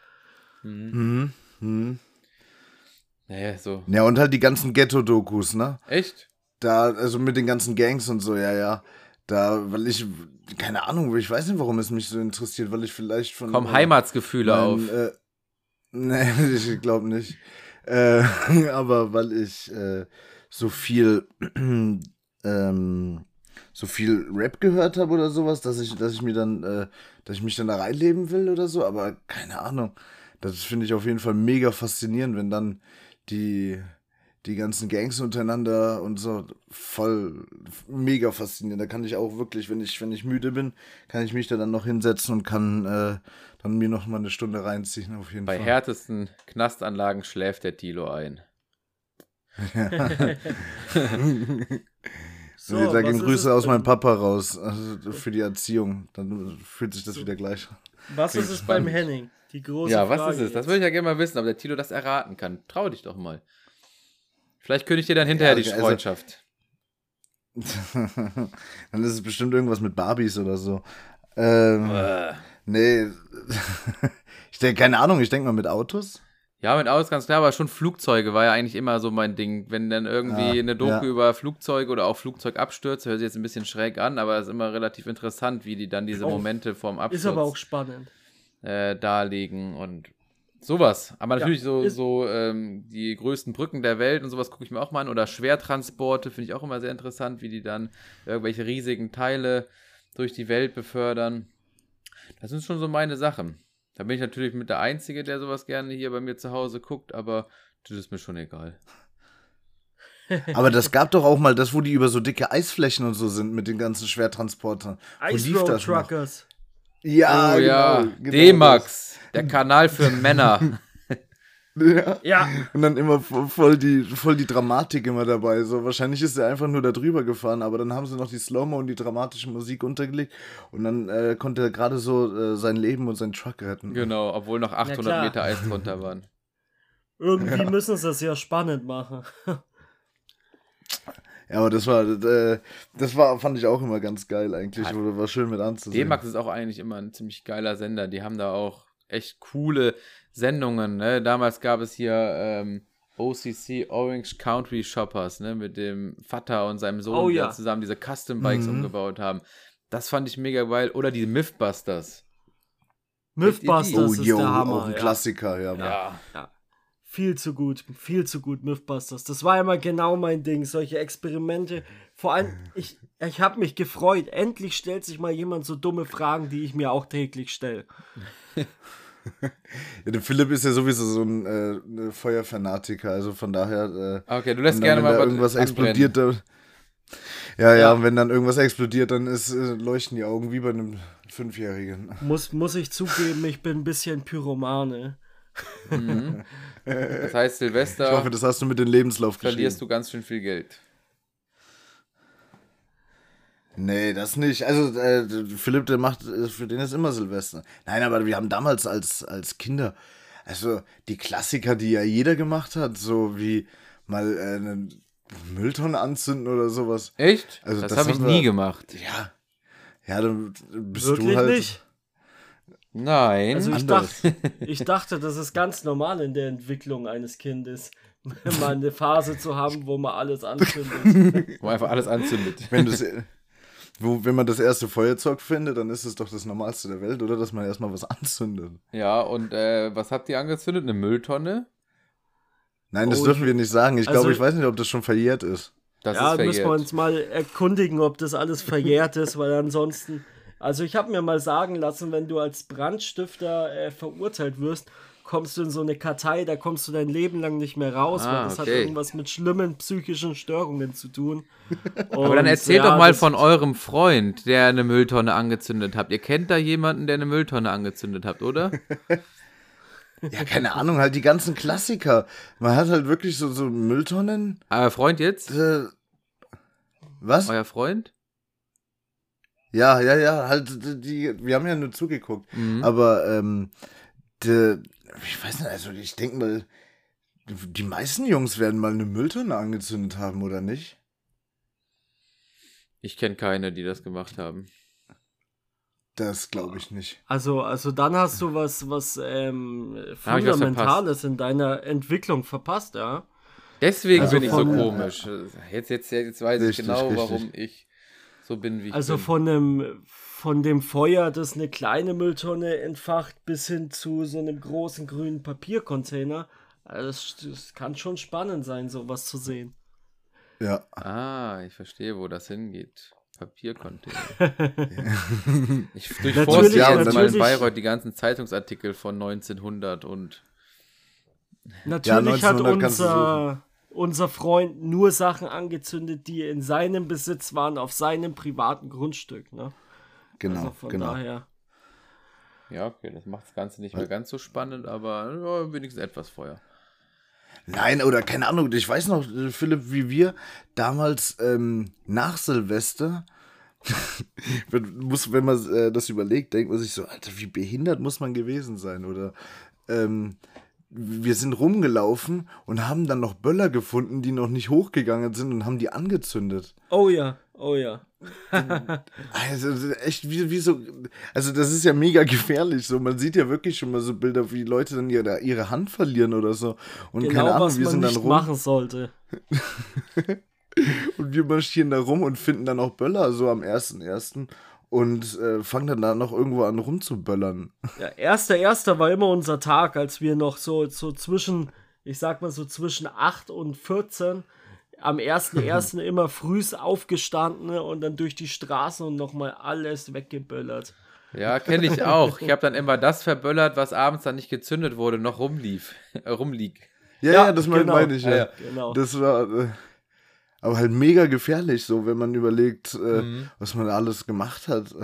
Mhm. Mhm. Naja, so. Ja, und halt die ganzen Ghetto-Dokus, ne? Echt? Da, also mit den ganzen Gangs und so, ja, ja. Da, weil ich, keine Ahnung, ich weiß nicht, warum es mich so interessiert, weil ich vielleicht von. Kommen äh, Heimatsgefühle mein, auf. Äh, nee, ich glaube nicht. Äh, aber weil ich äh, so viel, ähm, so viel Rap gehört habe oder sowas, dass ich, dass ich mir dann, äh, dass ich mich dann da reinleben will oder so, aber keine Ahnung. Das finde ich auf jeden Fall mega faszinierend, wenn dann die, die ganzen Gangs untereinander und so, voll mega faszinierend. Da kann ich auch wirklich, wenn ich, wenn ich müde bin, kann ich mich da dann noch hinsetzen und kann äh, dann mir noch mal eine Stunde reinziehen, auf jeden Bei Fall. härtesten Knastanlagen schläft der Tilo ein. So, da was gehen ist Grüße es aus denn? meinem Papa raus, also für die Erziehung. Dann fühlt sich das wieder gleich an. Was Bin ist es gespannt. beim Henning? Die große Ja, was Frage ist es? Das jetzt. würde ich ja gerne mal wissen, ob der Tilo das erraten kann. Trau dich doch mal. Vielleicht könnte ich dir dann hinterher Ja, die also- Freundschaft. Dann ist es bestimmt irgendwas mit Barbies oder so. Ähm, Äh. nee, ich denke, keine Ahnung, ich denke mal mit Autos. Ja, mit Autos ganz klar, aber schon Flugzeuge war ja eigentlich immer so mein Ding. Wenn dann irgendwie Ah, eine Doku ja. über Flugzeuge oder auch Flugzeugabstürze, hört sich jetzt ein bisschen schräg an, aber es ist immer relativ interessant, wie die dann diese Oh, Momente vorm Absturz Ist aber auch spannend. äh, darlegen und sowas. Aber natürlich so, ist- so ähm, die größten Brücken der Welt und sowas gucke ich mir auch mal an. Oder Schwertransporte finde ich auch immer sehr interessant, wie die dann irgendwelche riesigen Teile durch die Welt befördern. Das sind schon so meine Sachen. Da bin ich natürlich mit der Einzige, der sowas gerne hier bei mir zu Hause guckt, aber das ist mir schon egal. Aber das gab doch auch mal das, wo die über so dicke Eisflächen und so sind mit den ganzen Schwertransportern. Wo Ice lief Road das noch? Truckers. Ja, oh ja, genau. genau D-Max, der Kanal für Männer. das. Ja. Ja, Und dann immer vo- voll die, voll die Dramatik immer dabei. So, wahrscheinlich ist er einfach nur da drüber gefahren, aber dann haben sie noch die Slow-Mo und die dramatische Musik untergelegt und dann äh, konnte er gerade so äh, sein Leben und seinen Truck retten. Genau, obwohl noch achthundert klar. Meter Eis drunter waren. irgendwie müssen sie es ja spannend machen. Ja, aber das war, äh, das war, fand ich auch immer ganz geil eigentlich. Ja. Oder war schön mit anzusehen. D-Max ist auch eigentlich immer ein ziemlich geiler Sender. Die haben da auch echt coole Sendungen, ne? Damals gab es hier ähm, O C C, Orange Country Shoppers, ne? Mit dem Vater und seinem Sohn, Oh, die ja. dann zusammen diese Custom Bikes Mhm. umgebaut haben. Das fand ich mega geil. Oder die Mythbusters. Mythbusters Oh, ist yo, der Hammer. auch ein ja. Klassiker, ja. Ja. Ja. Viel zu gut, viel zu gut, Mythbusters. Das war immer genau mein Ding, solche Experimente. Vor allem, ich, ich habe mich gefreut. Endlich stellt sich mal jemand so dumme Fragen, die ich mir auch täglich stelle. Ja, der Philipp ist ja sowieso so ein äh, ne Feuerfanatiker, also von daher. Äh, Okay, du lässt und dann, gerne wenn mal da was irgendwas anbrennen. explodiert. Da, ja, ja, Ja. und wenn dann irgendwas explodiert, dann ist, äh, leuchten die Augen wie bei einem Fünfjährigen. Muss, muss ich zugeben, ich bin ein bisschen Pyromane. Mhm. Das heißt, Ich Silvester hoffe, das hast du mit dem Lebenslauf verlierst geschrieben. du ganz schön viel Geld. Nee, das nicht. Also, äh, Philipp, der macht, äh, für den ist immer Silvester. Nein, aber wir haben damals als, als Kinder, also die Klassiker, die ja jeder gemacht hat, so wie mal äh, eine Mülltonne anzünden oder sowas. Echt? Also das das habe ich haben nie wir- gemacht. Ja. Ja, dann bist Wirklich du halt. nicht? Nein. Also ich anders. dachte, ich dachte, das ist ganz normal in der Entwicklung eines Kindes, mal eine Phase zu haben, wo man alles anzündet. Wo einfach alles anzündet. Wenn, du's, wo, wenn man das erste Feuerzeug findet, dann ist es doch das Normalste der Welt, oder? Dass man erstmal was anzündet. Ja, und äh, was habt ihr angezündet? Eine Mülltonne? Nein, das Oh, dürfen ich- wir nicht sagen. Ich also- glaube, ich weiß nicht, ob das schon verjährt ist. Das Ja, ist müssen wir verjährt. uns mal erkundigen, ob das alles verjährt ist, weil ansonsten, also ich habe mir mal sagen lassen, wenn du als Brandstifter äh, verurteilt wirst, kommst du in so eine Kartei, da kommst du dein Leben lang nicht mehr raus, Ah, weil das hat okay. irgendwas mit schlimmen psychischen Störungen zu tun. Aber dann Und, erzählt ja, doch mal das- von eurem Freund, der eine Mülltonne angezündet hat. Ihr kennt da jemanden, der eine Mülltonne angezündet hat, oder? Ja, keine Ahnung, halt die ganzen Klassiker. Man hat halt wirklich so, so Mülltonnen. Euer Freund jetzt? Äh, was? Euer Freund? Ja, ja, ja, halt die, wir haben ja nur zugeguckt. Mhm. Aber, ähm, de, ich weiß nicht, also ich denke mal, die meisten Jungs werden mal eine Mülltonne angezündet haben, oder nicht? Ich kenne keine, die das gemacht haben. Das glaube ich nicht. Also, also dann hast du was, was ähm, hab ich was Fundamentales in deiner Entwicklung verpasst, ja. Deswegen Also bin ich so von- komisch. Jetzt, jetzt, jetzt weiß ich Richtig, genau, richtig. warum ich so bin, wie ich Also bin. von dem, von dem Feuer, das eine kleine Mülltonne entfacht, bis hin zu so einem großen grünen Papiercontainer. Also das, das kann schon spannend sein, sowas zu sehen. Ja. Ah, ich verstehe, wo das hingeht. Papiercontainer. Ich Natürlich, durchforste ja, jetzt mal in natürlich. Bayreuth die ganzen Zeitungsartikel von neunzehnhundert und Natürlich hat neunzehnhundert kannst du unser, unser Freund nur Sachen angezündet, die in seinem Besitz waren, auf seinem privaten Grundstück. Ne? Genau, Also von genau. daher. ja, okay, das macht das Ganze nicht mehr ganz so spannend, aber ja, wenigstens etwas Feuer. Nein, oder keine Ahnung, ich weiß noch, äh, Philipp, wie wir damals ähm, nach Silvester, wenn, muss, wenn man äh, das überlegt, denkt man sich so, Alter, wie behindert muss man gewesen sein, oder ähm, wir sind rumgelaufen und haben dann noch Böller gefunden, die noch nicht hochgegangen sind und haben die angezündet. Oh ja, oh ja. Also echt, wie, wie so, also das ist ja mega gefährlich, so, man sieht ja wirklich schon mal so Bilder, wie Leute dann ihre, ihre Hand verlieren oder so und Genau, keine Ahnung, was wir man sind dann nicht rum machen sollte. und wir marschieren da rum und finden dann auch Böller so am ersten ersten und äh, fangen dann da noch irgendwo an rumzuböllern. Ja, erster erster war immer unser Tag, als wir noch so, so zwischen, ich sag mal so zwischen acht und vierzehn am ersten ersten immer frühs aufgestanden und dann durch die Straßen und nochmal alles weggeböllert. Ja, kenne ich auch. Ich habe dann immer das verböllert, was abends dann nicht gezündet wurde, noch rumlief, äh, rumliegt. Ja, Ja, ja, das meine genau. mein ich ja. Ja, ja. Genau. Das war äh, aber halt mega gefährlich, so, wenn man überlegt, äh, Mhm. was man alles gemacht hat.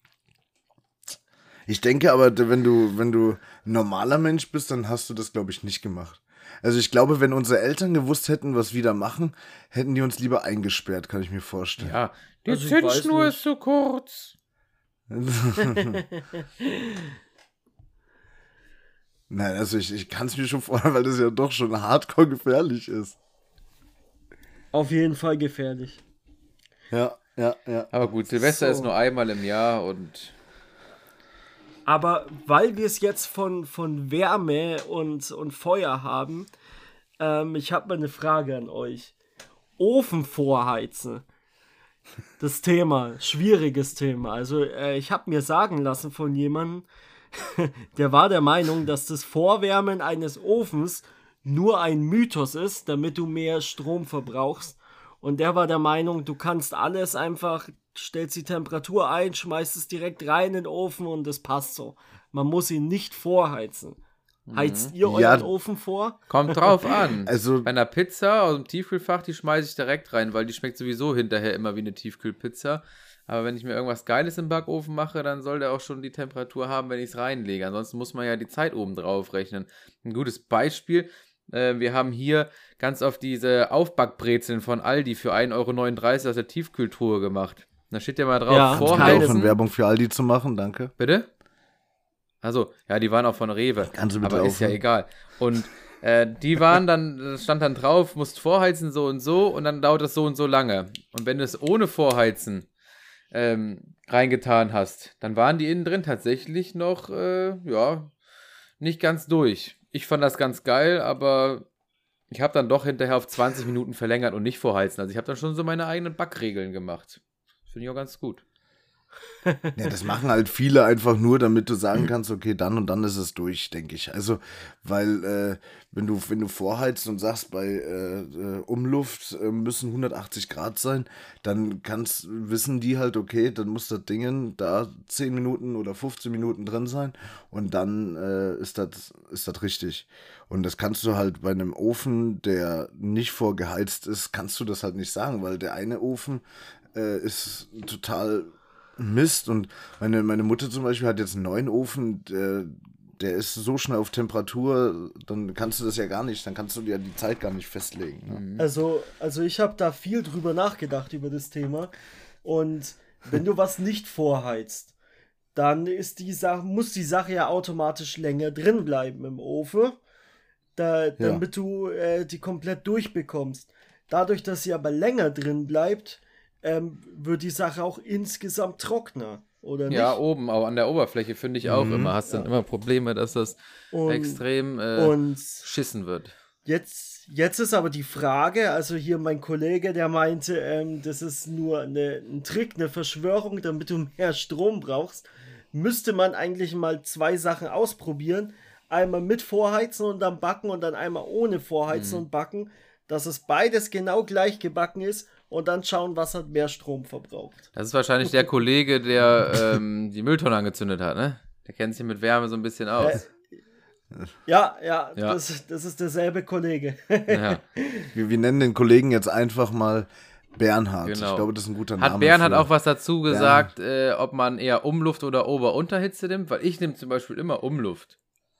Ich denke aber, wenn du, wenn du ein normaler Mensch bist, dann hast du das, glaube ich, nicht gemacht. Also ich glaube, wenn unsere Eltern gewusst hätten, was wir da machen, hätten die uns lieber eingesperrt, kann ich mir vorstellen. Ja, die Also ich weiß Zündschnur nicht. ist zu kurz. Nein, also ich, ich kann es mir schon vorstellen, weil das ja doch schon hardcore gefährlich ist. Auf jeden Fall gefährlich. Ja, ja, ja. Aber gut, Silvester So. ist nur einmal im Jahr und Aber weil wir es jetzt von, von Wärme und, und Feuer haben, ähm, ich habe mal eine Frage an euch. Ofen vorheizen. Das Thema, schwieriges Thema. Also äh, ich habe mir sagen lassen von jemandem, der war der Meinung, dass das Vorwärmen eines Ofens nur ein Mythos ist, damit du mehr Strom verbrauchst. Und der war der Meinung, du kannst alles einfach, stellst die Temperatur ein, schmeißt es direkt rein in den Ofen und das passt so. Man muss ihn nicht vorheizen. Heizt ihr Ja. euren Ofen vor? Kommt drauf an. Also- Bei einer Pizza aus dem Tiefkühlfach, die schmeiße ich direkt rein, weil die schmeckt sowieso hinterher immer wie eine Tiefkühlpizza. Aber wenn ich mir irgendwas Geiles im Backofen mache, dann soll der auch schon die Temperatur haben, wenn ich es reinlege. Ansonsten muss man ja die Zeit oben drauf rechnen. Ein gutes Beispiel, äh, wir haben hier ganz oft diese Aufbackbrezeln von Aldi für ein Euro neununddreißig aus der Tiefkühltruhe gemacht. Da steht ja mal drauf, Ja, Keine Vorheizen. von Werbung für Aldi zu machen, danke. Bitte? Also, ja, die waren auch von Rewe. Kannst du bitte aber ist ja aufhören? egal. Und äh, die waren dann, das stand dann drauf, musst vorheizen so und so und dann dauert das so und so lange. Und wenn du es ohne Vorheizen ähm, reingetan hast, dann waren die innen drin tatsächlich noch, äh, ja, nicht ganz durch. Ich fand das ganz geil, aber ich habe dann doch hinterher auf zwanzig Minuten verlängert und nicht vorheizen. Also ich habe dann schon so meine eigenen Backregeln gemacht. Finde ich auch ganz gut. Ja, das machen halt viele einfach nur, damit du sagen kannst, okay, dann und dann ist es durch, denke ich. Also, weil äh, wenn du wenn du vorheizt und sagst, bei äh, äh, Umluft äh, müssen hundertachtzig Grad sein, dann kannst wissen die halt, okay, dann muss das Ding da zehn Minuten oder fünfzehn Minuten drin sein und dann äh, ist das ist das richtig. Und das kannst du halt bei einem Ofen, der nicht vorgeheizt ist, kannst du das halt nicht sagen, weil der eine Ofen äh, ist total Mist. Und meine, meine Mutter zum Beispiel hat jetzt einen neuen Ofen, der, der ist so schnell auf Temperatur, dann kannst du das ja gar nicht, dann kannst du ja die Zeit gar nicht festlegen. Ne? Also, also ich habe da viel drüber nachgedacht über das Thema. Und wenn du was nicht vorheizt, dann ist die Sache, muss die Sache ja automatisch länger drin bleiben im Ofen, da, damit du äh, die komplett durchbekommst. Dadurch, dass sie aber länger drin bleibt, ähm, wird die Sache auch insgesamt trockener, oder nicht? Ja, oben, aber an der Oberfläche finde ich auch Mhm. immer. Hast dann immer Probleme, dass das Und- extrem äh, Und schissen wird. Jetzt, jetzt ist aber die Frage, also hier mein Kollege, der meinte, ähm, das ist nur eine, ein Trick, eine Verschwörung, damit du mehr Strom brauchst. Müsste man eigentlich mal zwei Sachen ausprobieren. Einmal mit Vorheizen und dann backen und dann einmal ohne Vorheizen Mhm. und backen, dass es beides genau gleich gebacken ist und dann schauen, was hat mehr Strom verbraucht. Das ist wahrscheinlich der Kollege, der ähm, die Mülltonne angezündet hat, ne? Der kennt sich mit Wärme so ein bisschen aus. Ja, ja, Ja. Das, das ist derselbe Kollege. Ja. Wir, wir nennen den Kollegen jetzt einfach mal Bernhard. Genau. Ich glaube, das ist ein guter Name. Hat Bernhard für- auch was dazu gesagt, äh, ob man eher Umluft oder Ober-Unterhitze nimmt? Weil ich nehme zum Beispiel immer Umluft.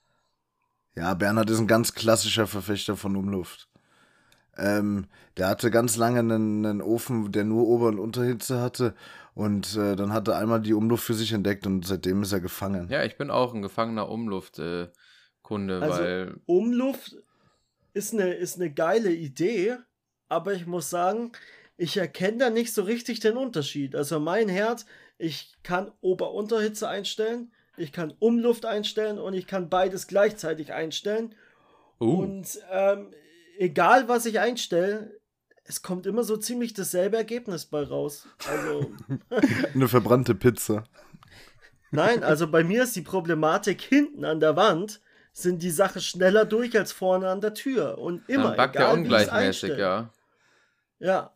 Ja, Bernhard ist ein ganz klassischer Verfechter von Umluft. Ähm, der hatte ganz lange einen, einen Ofen, der nur Ober- und Unterhitze hatte. Und äh, dann hat er einmal die Umluft für sich entdeckt und seitdem ist er gefangen. Ja, ich bin auch ein gefangener Umluft-Kunde, Also- weil Umluft ist eine, ist eine geile Idee, aber ich muss sagen, ich erkenne da nicht so richtig den Unterschied. Also mein Herd, ich kann Ober-Unterhitze einstellen, ich kann Umluft einstellen und ich kann beides gleichzeitig einstellen. uh, Und ähm, egal was ich einstelle, es kommt immer so ziemlich dasselbe Ergebnis bei raus. Also Eine verbrannte Pizza. nein, also bei mir ist die Problematik hinten an der Wand, sind die Sachen schneller durch als vorne an der Tür. Und immer, dann backt egal er wie ich's ungleichmäßig, einstelle. ja. Ja.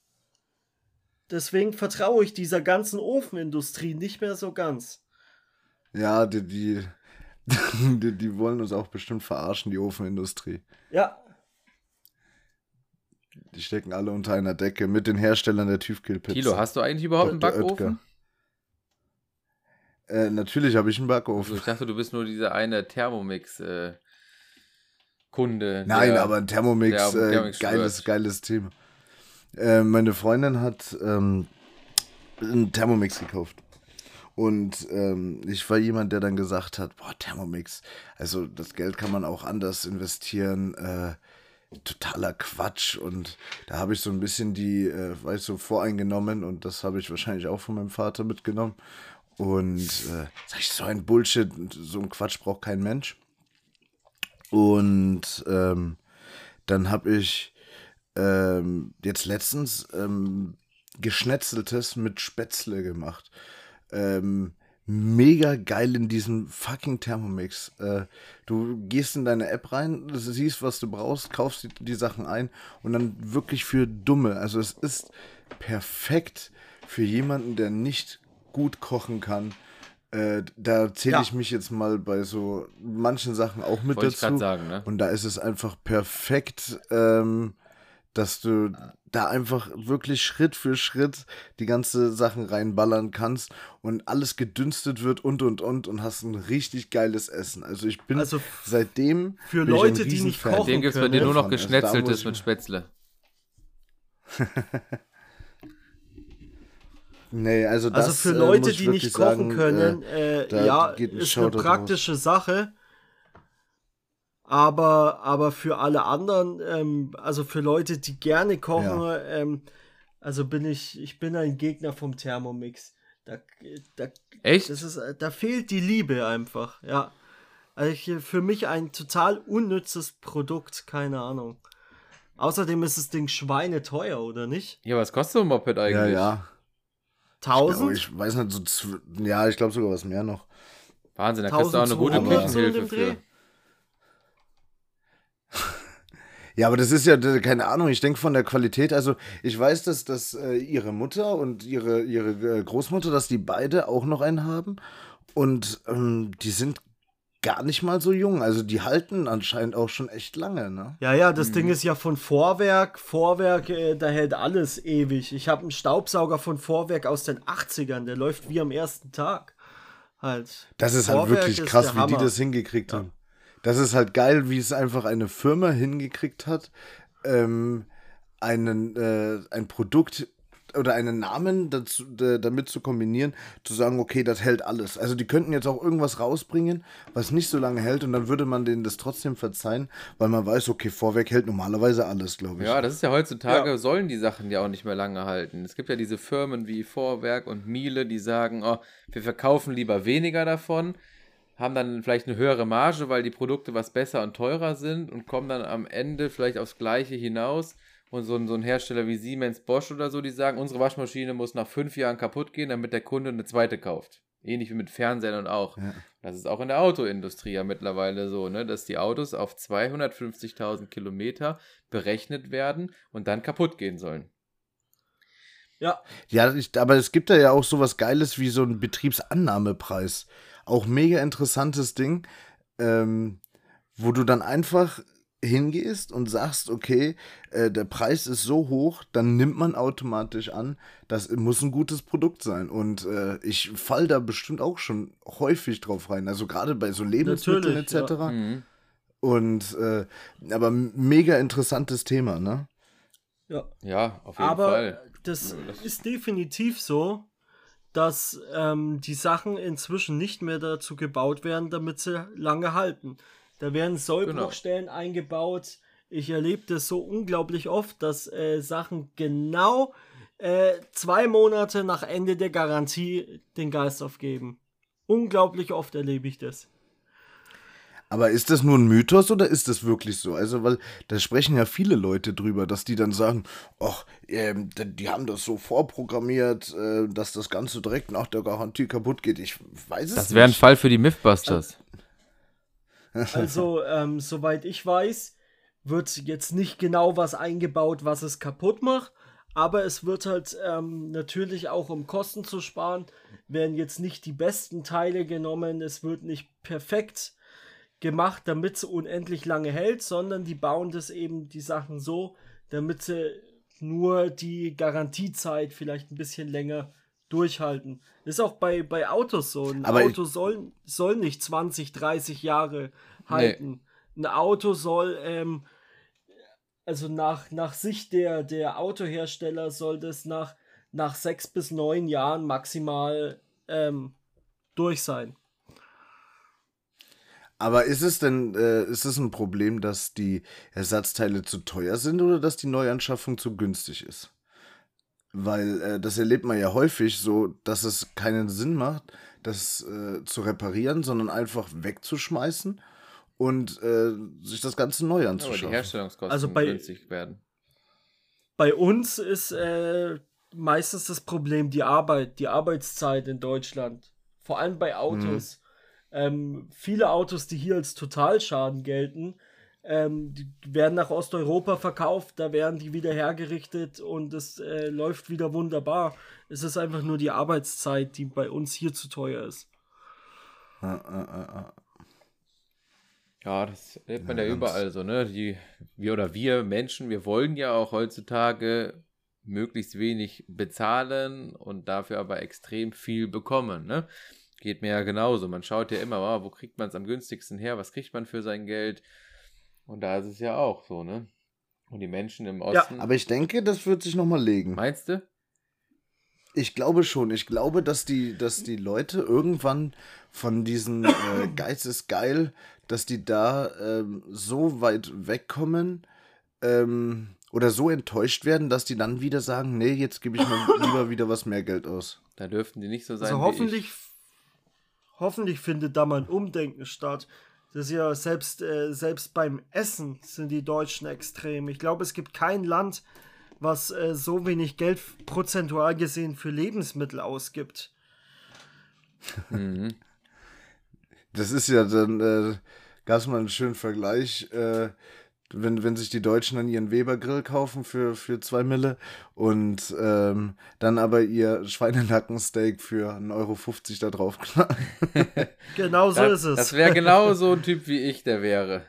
Deswegen vertraue ich dieser ganzen Ofenindustrie nicht mehr so ganz. Ja, die, die, die, die wollen uns auch bestimmt verarschen, die Ofenindustrie. Ja, Die stecken alle unter einer Decke mit den Herstellern der Tiefkühlpizza. Tilo, hast du eigentlich überhaupt einen Der Backofen? Äh, natürlich habe ich einen Also Backofen. ich dachte, du bist nur dieser eine Thermomix-Kunde. Nein, der- aber ein Thermomix, der auf den äh, Thermomix geiles, schwört. geiles Thema. Äh, meine Freundin hat ähm, einen Thermomix gekauft. Und ähm, ich war jemand, der dann gesagt hat, boah, Thermomix, also das Geld kann man auch anders investieren, äh, totaler Quatsch. Und da habe ich so ein bisschen die, äh, weißt du, voreingenommen und das habe ich wahrscheinlich auch von meinem Vater mitgenommen. Und äh, sag ich, so ein Bullshit, so ein Quatsch braucht kein Mensch. Und ähm, dann habe ich ähm, jetzt letztens ähm, Geschnetzeltes mit Spätzle gemacht. Ähm, mega geil in diesem fucking Thermomix. Äh, du gehst in deine App rein, du siehst, was du brauchst, kaufst die, die Sachen ein und dann wirklich für Dumme. Also es ist perfekt für jemanden, der nicht gut kochen kann. Äh, da zähle Ja. ich mich jetzt mal bei so manchen Sachen auch mit Wollte ich dazu. gerade sagen, ne? Und da ist es einfach perfekt, ähm, dass du da einfach wirklich Schritt für Schritt die ganze Sachen reinballern kannst und alles gedünstet wird und und und und hast ein richtig geiles Essen. Also ich bin Also f- seitdem für bin ich Leute, ein die nicht Riesenfan kochen Dem gibt es bei können. dir nur noch davon. Also da muss Geschnetzeltes ich- mit Spätzle. Nee, also das Also für äh, Leute, muss ich die wirklich nicht kochen sagen, können, äh, äh, da ja, geht ein ist Shoutout eine praktische Sache. Aber, aber für alle anderen, ähm, also für Leute, die gerne kochen, Ja. ähm, also bin ich, ich bin ein Gegner vom Thermomix. Da, da, Echt? das ist, da fehlt die Liebe einfach, ja. Also ich, für mich ein total unnützes Produkt, keine Ahnung. Außerdem ist das Ding schweineteuer, oder nicht? Ja, was kostet so ein Moped Ja, eigentlich? ja. Ich, glaube, Tausend? ich weiß nicht, so zw- ja, ich glaube sogar was mehr noch. Wahnsinn, da kriegst du auch eine gute tausendzweihundert so in Küchenhilfe dem Dreh? für. Ja, aber das ist ja, äh, keine Ahnung, ich denke von der Qualität, also ich weiß, dass, dass äh, ihre Mutter und ihre, ihre äh, Großmutter, dass die beide auch noch einen haben und ähm, die sind gar nicht mal so jung, also die halten anscheinend auch schon echt lange, ne? Ja, ja, das Mhm. Ding ist ja von Vorwerk. Vorwerk, äh, da hält alles ewig. Ich habe einen Staubsauger von Vorwerk aus den achtzigern, der läuft wie am ersten Tag. Halt. Das ist halt Vorwerk wirklich ist krass, der wie die Hammer. das hingekriegt haben. Das ist halt geil, wie es einfach eine Firma hingekriegt hat, ähm, einen, äh, ein Produkt oder einen Namen dazu, äh, damit zu kombinieren, zu sagen, okay, das hält alles. Also die könnten jetzt auch irgendwas rausbringen, was nicht so lange hält und dann würde man denen das trotzdem verzeihen, weil man weiß, okay, Vorwerk hält normalerweise alles, glaube ich. Ja, das ist ja heutzutage, Ja. sollen die Sachen ja auch nicht mehr lange halten. Es gibt ja diese Firmen wie Vorwerk und Miele, die sagen, oh, wir verkaufen lieber weniger davon, haben dann vielleicht eine höhere Marge, weil die Produkte was besser und teurer sind und kommen dann am Ende vielleicht aufs Gleiche hinaus. Und so ein, so ein Hersteller wie Siemens, Bosch oder so, die sagen, unsere Waschmaschine muss nach fünf Jahren kaputt gehen, damit der Kunde eine zweite kauft. Ähnlich wie mit Fernsehern und auch. Ja. Das ist auch in der Autoindustrie ja mittlerweile so, ne, dass die Autos auf zweihundertfünfzigtausend Kilometer berechnet werden und dann kaputt gehen sollen. Ja, Ja, ich, aber es gibt da ja auch sowas Geiles wie so ein Betriebsannahmepreis. Auch mega interessantes Ding, ähm, wo du dann einfach hingehst und sagst, okay, äh, der Preis ist so hoch, dann nimmt man automatisch an, das muss ein gutes Produkt sein. Und äh, ich fall da bestimmt auch schon häufig drauf rein. Also gerade bei so Lebensmitteln Natürlich, et cetera. Mhm. Und äh, aber mega interessantes Thema, ne? ja. Ja, auf jeden Aber Fall. das Das- ist definitiv so, dass ähm, die Sachen inzwischen nicht mehr dazu gebaut werden, damit sie lange halten. Da werden Sollbruchstellen eingebaut. Ich erlebe das so unglaublich oft, dass äh, Sachen genau äh, zwei Monate nach Ende der Garantie den Geist aufgeben. Unglaublich oft erlebe ich das. Aber ist das nur ein Mythos oder ist das wirklich so? Also, weil da sprechen ja viele Leute drüber, dass die dann sagen, ach, ähm, die die haben das so vorprogrammiert, äh, dass das Ganze direkt nach der Garantie kaputt geht. Ich weiß es Das nicht. wäre ein Fall für die Mythbusters. Also, ähm, soweit ich weiß, wird jetzt nicht genau was eingebaut, was es kaputt macht, aber es wird halt ähm, natürlich auch, um Kosten zu sparen, werden jetzt nicht die besten Teile genommen, es wird nicht perfekt gemacht, damit es unendlich lange hält, sondern die bauen das eben, die Sachen so, damit sie nur die Garantiezeit vielleicht ein bisschen länger durchhalten. Ist auch bei, bei Autos so. Ein Aber ich- Auto soll, soll nicht zwanzig, dreißig Jahre halten. Ein Auto soll, ähm, also nach, nach Sicht der, der Autohersteller soll das nach, nach sechs bis neun Jahren maximal ähm, durch sein. Aber ist es denn, äh, ist es ein Problem, dass die Ersatzteile zu teuer sind oder dass die Neuanschaffung zu günstig ist? Weil äh, das erlebt man ja häufig so, dass es keinen Sinn macht, das äh, zu reparieren, sondern einfach wegzuschmeißen und äh, sich das Ganze neu Aber die anzuschaffen. Herstellungskosten Also bei- günstig werden. Bei uns ist äh, meistens das Problem die Arbeit, die Arbeitszeit in Deutschland. Vor allem bei Autos. Ähm, viele Autos, die hier als Totalschaden gelten, ähm, die werden nach Osteuropa verkauft, da werden die wieder hergerichtet und es äh, läuft wieder wunderbar. Es ist einfach nur die Arbeitszeit, die bei uns hier zu teuer ist. Ja, ja, ja. Ja, das erlebt man ja, Ja, ganz- überall so, ne? Die, wir oder wir Menschen, wir wollen ja auch heutzutage möglichst wenig bezahlen und dafür aber extrem viel bekommen, ne? Geht mir ja genauso. Man schaut ja immer, wow, wo kriegt man es am günstigsten her? Was kriegt man für sein Geld? Und da ist es ja auch so, ne? Und die Menschen im Osten, Aber ich denke, das wird sich nochmal legen. meinst du? Ich glaube schon. Ich glaube, dass die, dass die Leute irgendwann von diesen äh, Geiz ist geil, dass die da ähm, so weit wegkommen ähm, oder so enttäuscht werden, dass die dann wieder sagen, nee, jetzt gebe ich mir lieber wieder was mehr Geld aus. Da dürften die nicht so sein Also wie hoffentlich, ich. hoffentlich findet da mal ein Umdenken statt. Das ist ja selbst, äh, selbst beim Essen sind die Deutschen extrem. Ich glaube, es gibt kein Land, was äh, so wenig Geld prozentual gesehen für Lebensmittel ausgibt. Mhm. Das ist ja dann, äh, gab es mal einen schönen Vergleich, äh, wenn, wenn sich die Deutschen dann ihren Weber-Grill kaufen für, für zwei Mille und ähm, dann aber ihr Schweinenackensteak für einen Euro fünfzig da drauf knallen. Genau so Das, ist es. das wäre genau so ein Typ wie ich, der wäre.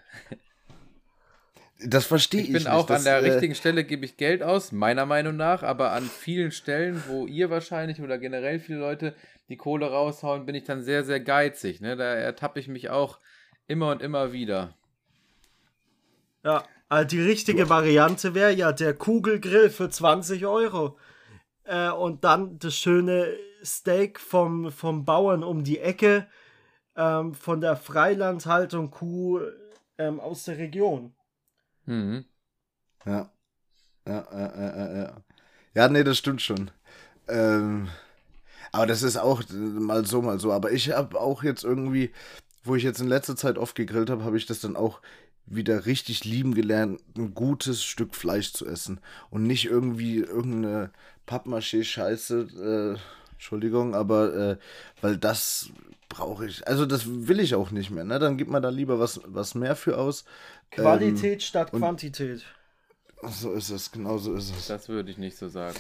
Das verstehe ich Ich bin nicht. auch das, an der äh, richtigen Stelle, gebe ich Geld aus, meiner Meinung nach, aber an vielen Stellen, wo ihr wahrscheinlich oder generell viele Leute die Kohle raushauen, bin ich dann sehr, sehr geizig. Ne? Da ertappe ich mich auch immer und immer wieder. Ja, also die richtige Variante wäre ja der Kugelgrill für zwanzig Euro. Äh, und dann das schöne Steak vom, vom Bauern um die Ecke, ähm, von der Freilandhaltung Kuh ähm, aus der Region. Mhm. Ja. Ja, ja, ja, ja, ja. Ja, nee, das stimmt schon. Ähm, aber das ist auch mal so, mal so. Aber ich habe auch jetzt irgendwie, wo ich jetzt in letzter Zeit oft gegrillt habe, habe ich das dann auch wieder richtig lieben gelernt, ein gutes Stück Fleisch zu essen. Und nicht irgendwie irgendeine Pappmaché-Scheiße, äh, Entschuldigung, aber äh, weil das brauche ich, also das will ich auch nicht mehr, ne? Dann gibt man da lieber was, was mehr für aus. Qualität Ähm, statt und- Quantität. So ist es, genau so ist es. Das würde ich nicht so sagen.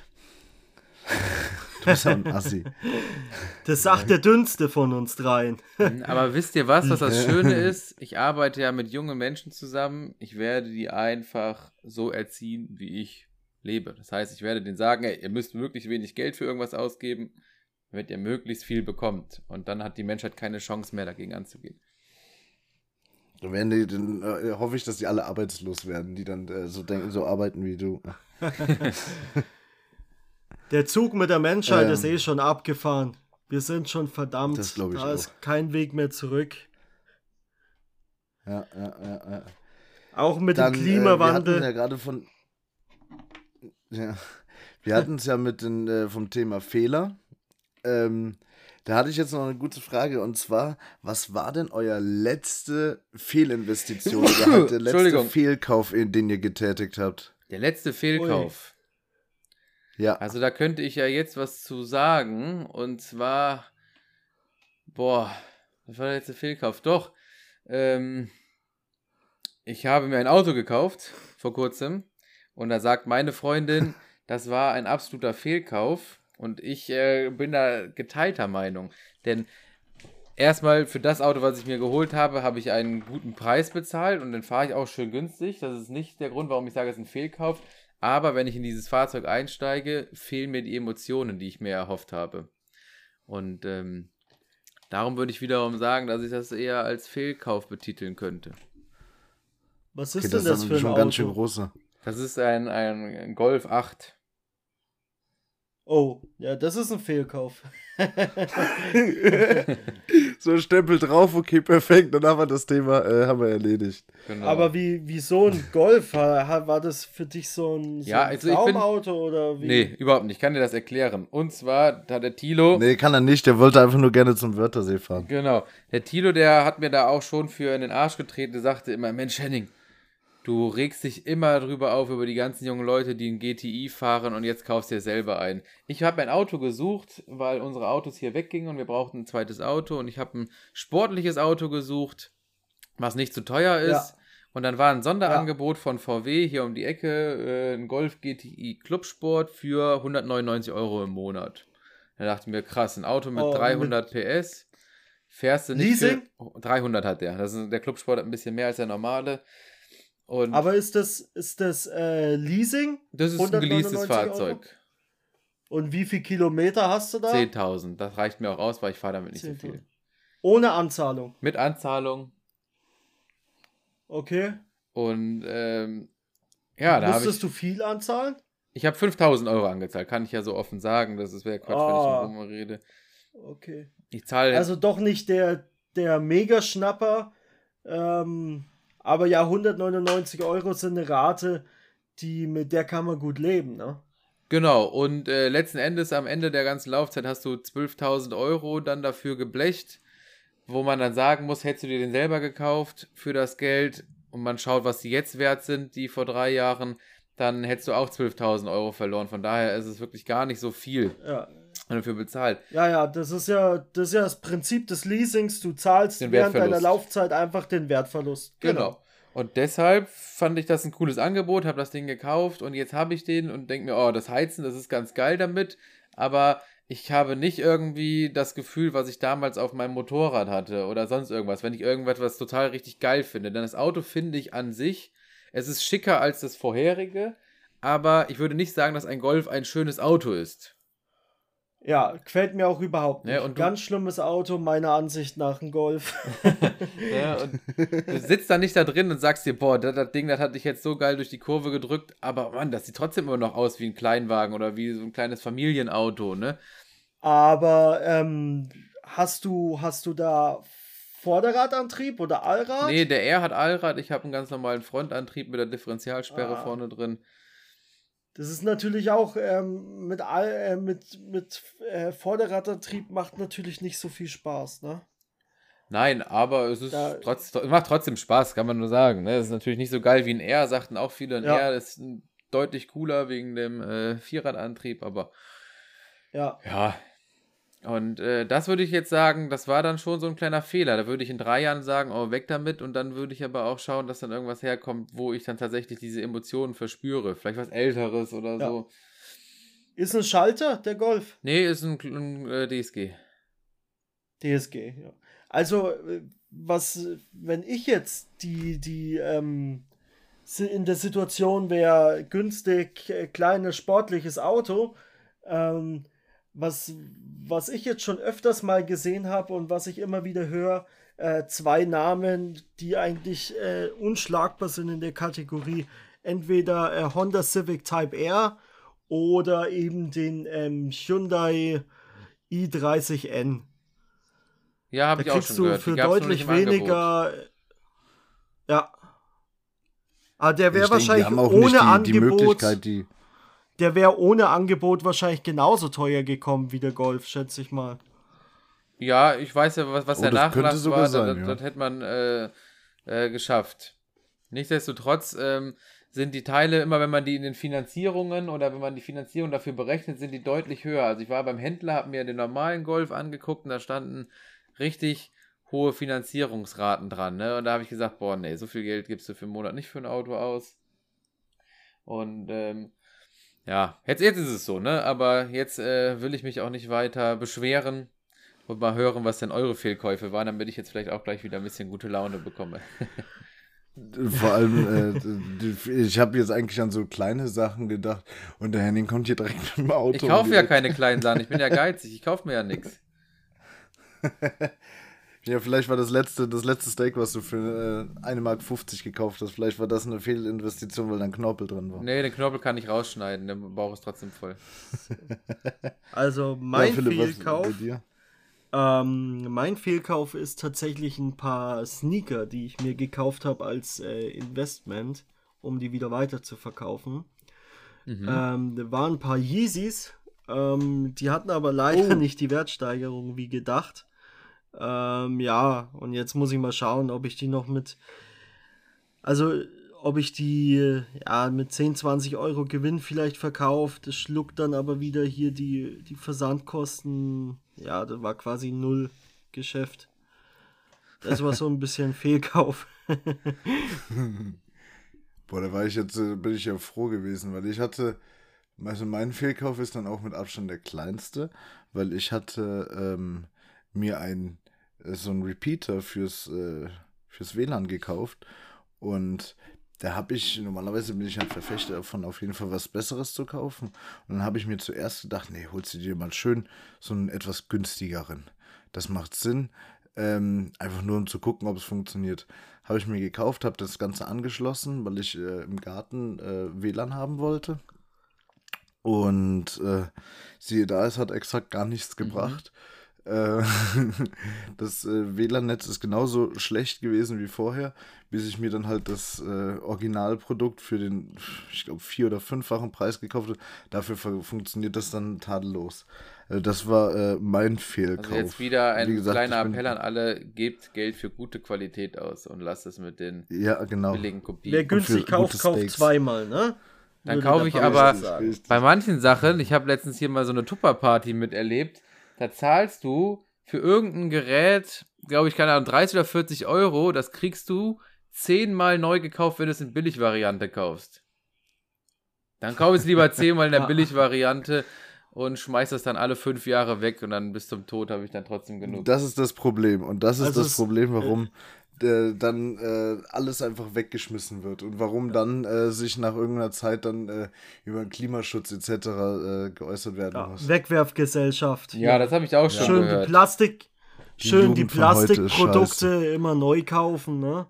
Du bist ja ein Assi. Das sagt der Dünnste von uns dreien. Aber wisst ihr was, was das Schöne ist? Ich arbeite ja mit jungen Menschen zusammen. Ich werde die einfach so erziehen, wie ich lebe. Das heißt, ich werde denen sagen, ey, ihr müsst möglichst wenig Geld für irgendwas ausgeben, damit ihr möglichst viel bekommt. Und dann hat die Menschheit keine Chance mehr, dagegen anzugehen. Dann werden die, dann äh, hoffe ich, dass die alle arbeitslos werden, die dann äh, so denken, so arbeiten wie du. Der Zug mit der Menschheit Ähm. ist eh schon abgefahren. Wir sind schon verdammt. Das glaub ich da auch. ist kein Weg mehr zurück. Ja, ja, ja, ja. Auch mit Dann, dem äh, wir Klimawandel. hatten ja gerade von. Ja, wir hatten es ja mit den, äh, vom Thema Fehler. Ähm, da hatte ich jetzt noch eine gute Frage und zwar, was war denn euer letzte Fehlinvestition oder halt der letzte Entschuldigung. Fehlkauf, in den ihr getätigt habt? Der letzte Fehlkauf. Ja, Also da könnte ich ja jetzt was zu sagen. Und zwar, boah, was war der letzte Fehlkauf? Doch, ähm, ich habe mir ein Auto gekauft vor kurzem. Und da sagt meine Freundin, das war ein absoluter Fehlkauf. Und ich äh, bin da geteilter Meinung. Denn erstmal für das Auto, was ich mir geholt habe, habe ich einen guten Preis bezahlt. Und dann fahre ich auch schön günstig. Das ist nicht der Grund, warum ich sage, es ist ein Fehlkauf. Aber wenn ich in dieses Fahrzeug einsteige, fehlen mir die Emotionen, die ich mir erhofft habe. Und ähm, darum würde ich wiederum sagen, dass ich das eher als Fehlkauf betiteln könnte. Was ist okay, denn das das ist für dann ein schon ganz schön Auto? große. Das ist ein, ein Golf acht. Oh, ja, das ist ein Fehlkauf. So Stempel drauf, okay, perfekt, dann haben wir das Thema äh, haben wir erledigt. Genau. Aber wie, wie so ein Golf, war, war das für dich so ein, so ja, ein also Traumauto oder wie? Nee, überhaupt nicht, ich kann dir das erklären. Und zwar, da der Thilo... Nee, kann er nicht, der wollte einfach nur gerne zum Wörthersee fahren. Genau, der Thilo, der hat mir da auch schon für in den Arsch getreten, der sagte immer, Mensch Henning, du regst dich immer drüber auf, über die ganzen jungen Leute, die ein G T I fahren und jetzt kaufst dir selber ein. Ich habe ein Auto gesucht, weil unsere Autos hier weggingen und wir brauchten ein zweites Auto und ich habe ein sportliches Auto gesucht, was nicht zu teuer ist. Ja. Und dann war ein Sonderangebot ja. von V W hier um die Ecke, äh, ein Golf G T I Clubsport für hundertneunundneunzig Euro im Monat. Da dachte ich mir, krass, ein Auto mit oh, dreihundert P S, fährst du nicht Leasing? Für, dreihundert hat der. Das ist, der Clubsport hat ein bisschen mehr als der normale. Und aber ist das, ist das äh, Leasing? Das ist ein geleastes Fahrzeug. Euro? Und wie viel Kilometer hast du da? zehntausend. Das reicht mir auch aus, weil ich fahre damit nicht zehntausend. So viel. Ohne Anzahlung? Mit Anzahlung. Okay. Und ähm, ja, da habe ich... Musstest du viel anzahlen? Ich habe fünftausend Euro angezahlt, kann ich ja so offen sagen. Das wäre Quatsch, oh. wenn ich darüber rede. Okay. Ich zahle... Also doch nicht der, der Megaschnapper, ähm... aber ja, hundertneunundneunzig Euro sind eine Rate, die, mit der kann man gut leben, ne? Genau, und äh, letzten Endes, am Ende der ganzen Laufzeit hast du zwölftausend Euro dann dafür geblecht, wo man dann sagen muss, hättest du dir den selber gekauft für das Geld und man schaut, was die jetzt wert sind, die vor drei Jahren, dann hättest du auch zwölftausend Euro verloren. Von daher ist es wirklich gar nicht so viel. Ja. Dafür bezahlt. Ja, ja, das ist ja, das ist ja das Prinzip des Leasings. Du zahlst während deiner Laufzeit einfach den Wertverlust. Genau. genau. Und deshalb fand ich das ein cooles Angebot, habe das Ding gekauft und jetzt habe ich den und denke mir, oh, das Heizen, das ist ganz geil damit, aber ich habe nicht irgendwie das Gefühl, was ich damals auf meinem Motorrad hatte oder sonst irgendwas, wenn ich irgendwas total richtig geil finde. Denn das Auto finde ich an sich, es ist schicker als das vorherige, aber ich würde nicht sagen, dass ein Golf ein schönes Auto ist. Ja, gefällt mir auch überhaupt nicht. Ja, und ganz schlimmes Auto, meiner Ansicht nach ein Golf. Ja, und du sitzt da nicht da drin und sagst dir, boah, das, das Ding, das hat dich jetzt so geil durch die Kurve gedrückt, aber Mann, das sieht trotzdem immer noch aus wie ein Kleinwagen oder wie so ein kleines Familienauto, ne? Aber ähm, hast du, hast du da Vorderradantrieb oder Allrad? Nee, der R hat Allrad, ich habe einen ganz normalen Frontantrieb mit der Differentialsperre ah. vorne drin. Das ist natürlich auch ähm, mit, all, äh, mit, mit äh, Vorderradantrieb macht natürlich nicht so viel Spaß, ne? Nein, aber es ist trotz, macht trotzdem Spaß, kann man nur sagen. Ne? Es ist natürlich nicht so geil wie ein R, sagten auch viele. Ein ja. R ist deutlich cooler wegen dem äh, Vierradantrieb, aber ja. ja. Und äh, das würde ich jetzt sagen, das war dann schon so ein kleiner Fehler. Da würde ich in drei Jahren sagen, oh, weg damit. Und dann würde ich aber auch schauen, dass dann irgendwas herkommt, wo ich dann tatsächlich diese Emotionen verspüre. Vielleicht was Älteres oder ja. so. Ist ein Schalter, der Golf? Nee, ist ein, ein äh, D S G. D S G, ja. Also, was, wenn ich jetzt die, die, ähm, in der Situation wäre, günstig, äh, kleines, sportliches Auto, ähm, Was, was ich jetzt schon öfters mal gesehen habe und was ich immer wieder höre, äh, zwei Namen, die eigentlich äh, unschlagbar sind in der Kategorie. Entweder äh, Honda Civic Type R oder eben den ähm, Hyundai i dreißig N. Ja, habe ich auch schon gehört. Da kriegst du für deutlich weniger... Ja. Aber der wäre wahrscheinlich denke, ohne die, Angebot... Die Möglichkeit, die Der wäre ohne Angebot wahrscheinlich genauso teuer gekommen wie der Golf, schätze ich mal. Ja, ich weiß ja, was, was oh, der Nachlass war, sein, das, ja. das hätte man äh, äh, geschafft. Nichtsdestotrotz ähm, sind die Teile immer, wenn man die in den Finanzierungen oder wenn man die Finanzierung dafür berechnet, sind die deutlich höher. Also ich war beim Händler, habe mir den normalen Golf angeguckt und da standen richtig hohe Finanzierungsraten dran. Ne? Und da habe ich gesagt, boah, nee, so viel Geld gibst du für einen Monat nicht für ein Auto aus. Und ähm, ja, jetzt, jetzt ist es so, ne? Aber jetzt äh, will ich mich auch nicht weiter beschweren und mal hören, was denn eure Fehlkäufe waren, damit ich jetzt vielleicht auch gleich wieder ein bisschen gute Laune bekomme. Vor allem, äh, ich habe jetzt eigentlich an so kleine Sachen gedacht und der Henning kommt hier direkt mit dem Auto. Ich kaufe ja keine kleinen Sachen, ich bin ja geizig, ich kaufe mir ja nichts. Ja, vielleicht war das letzte, das letzte Steak, was du für äh, eine Mark fünfzig gekauft hast. Vielleicht war das eine Fehlinvestition, weil da ein Knorpel drin war. Nee, den Knorpel kann ich rausschneiden, der Bauch ist trotzdem voll. Also mein ja, Philipp, was Fehlkauf, bei dir? ähm, mein Fehlkauf ist tatsächlich ein paar Sneaker, die ich mir gekauft habe als äh, Investment, um die wieder weiter zu verkaufen. Mhm. Ähm, da waren ein paar Yeezys, ähm, die hatten aber leider Oh. nicht die Wertsteigerung wie gedacht. Ähm, ja, und jetzt muss ich mal schauen, ob ich die noch mit, also ob ich die äh, ja mit zehn, zwanzig Euro Gewinn vielleicht verkaufe. Das schluckt dann aber wieder hier die, die Versandkosten. Ja, das war quasi null Geschäft. Das war so ein bisschen Fehlkauf. Boah, da war ich jetzt, äh, bin ich ja froh gewesen, weil ich hatte, also mein Fehlkauf ist dann auch mit Abstand der kleinste, weil ich hatte ähm, mir ein, äh, so ein Repeater fürs, äh, fürs W L A N gekauft und da habe ich, normalerweise bin ich ein Verfechter davon, auf jeden Fall was Besseres zu kaufen und dann habe ich mir zuerst gedacht, nee, holst du dir mal schön so einen etwas günstigeren. Das macht Sinn, ähm, einfach nur um zu gucken, ob es funktioniert. Habe ich mir gekauft, habe das Ganze angeschlossen, weil ich äh, im Garten äh, W L A N haben wollte. Und äh, siehe da, es hat exakt gar nichts gebracht. Äh, das äh, W L A N-Netz ist genauso schlecht gewesen wie vorher, bis ich mir dann halt das äh, Originalprodukt für den, ich glaube, vier- oder fünffachen Preis gekauft habe. Dafür fu- funktioniert das dann tadellos. Also das war äh, mein Fehlkauf. Also jetzt wieder ein Wie gesagt, kleiner ich bin- Appell an alle, gebt Geld für gute Qualität aus und lasst es mit den Ja, genau. billigen Kopien. Wer günstig für kauft, gute kauft Steaks. zweimal, ne? Dann Würde kaufe der ich Papa aber- jetzt sagen. Richtig. Bei manchen Sachen, ich habe letztens hier mal so eine Tupper-Party miterlebt, da zahlst du für irgendein Gerät, glaube ich, keine Ahnung, dreißig oder vierzig Euro, das kriegst du zehnmal neu gekauft, wenn du es in Billigvariante kaufst. Dann kauf es lieber zehnmal in der Ja. Billigvariante und schmeiß das dann alle fünf Jahre weg und dann bis zum Tod habe ich dann trotzdem genug. Das ist das Problem. Und das ist Also das es- Problem, warum äh, dann äh, alles einfach weggeschmissen wird. Und warum dann äh, sich nach irgendeiner Zeit dann äh, über den Klimaschutz et cetera äh, geäußert werden Ja, muss. Wegwerfgesellschaft. Ja, das habe ich auch schon Schön die gehört. Plastik, Die schön die Jugend von heute ist Plastikprodukte immer neu kaufen, ne?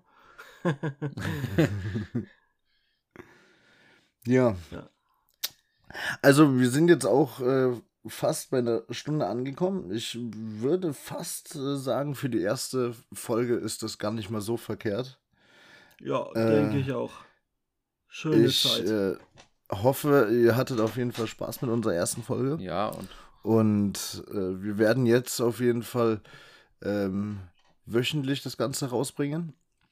Ja. Ja. Also wir sind jetzt auch äh, fast bei einer Stunde angekommen. Ich würde fast äh, sagen, für die erste Folge ist das gar nicht mal so verkehrt. Ja, Äh, denke ich auch. Schöne Ich Zeit. äh, hoffe, ihr hattet auf jeden Fall Spaß mit unserer ersten Folge. Ja, und Und äh, wir werden jetzt auf jeden Fall ähm, wöchentlich das Ganze rausbringen.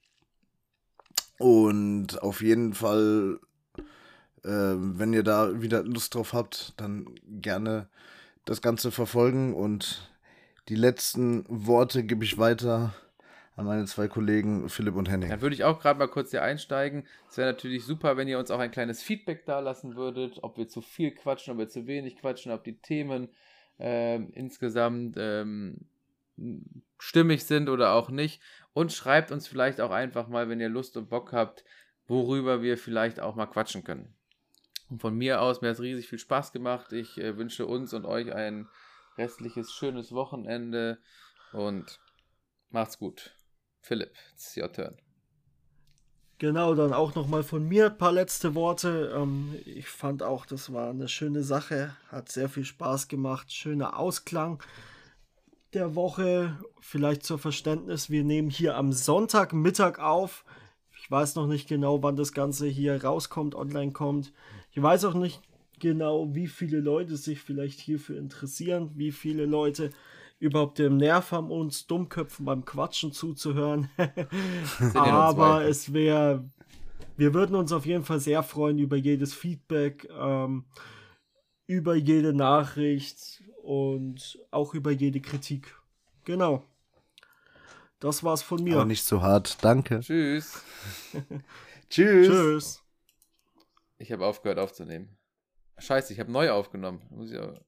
Und auf jeden Fall, ähm, wenn ihr da wieder Lust drauf habt, dann gerne das Ganze verfolgen. Und die letzten Worte gebe ich weiter an meine zwei Kollegen Philipp und Henning. dann würde ich auch gerade mal kurz hier einsteigen. Es wäre natürlich super, wenn ihr uns auch ein kleines Feedback da lassen würdet, ob wir zu viel quatschen, ob wir zu wenig quatschen, ob die Themen ähm, insgesamt ähm, stimmig sind oder auch nicht. Und schreibt uns vielleicht auch einfach mal, wenn ihr Lust und Bock habt, worüber wir vielleicht auch mal quatschen können. Und von mir aus, mir hat es riesig viel Spaß gemacht. Ich äh, wünsche uns und euch ein restliches, schönes Wochenende und macht's gut. Philipp, it's your turn. Genau, dann auch nochmal von mir ein paar letzte Worte. Ähm, ich fand auch, das war eine schöne Sache, hat sehr viel Spaß gemacht, schöner Ausklang der Woche. Vielleicht zur Verständnis, wir nehmen hier am Sonntagmittag auf. Ich weiß noch nicht genau, wann das Ganze hier rauskommt, online kommt. Ich weiß auch nicht genau, wie viele Leute sich vielleicht hierfür interessieren, wie viele Leute überhaupt den Nerv haben, uns Dummköpfen beim Quatschen zuzuhören. Sind ja nur Aber zwei. es wäre, wir würden uns auf jeden Fall sehr freuen über jedes Feedback, ähm, über jede Nachricht und auch über jede Kritik. Genau. Das war's von mir. Aber nicht so hart. Danke. Tschüss. Tschüss. Tschüss. Ich habe aufgehört aufzunehmen. Scheiße, ich habe neu aufgenommen. Muss ich auch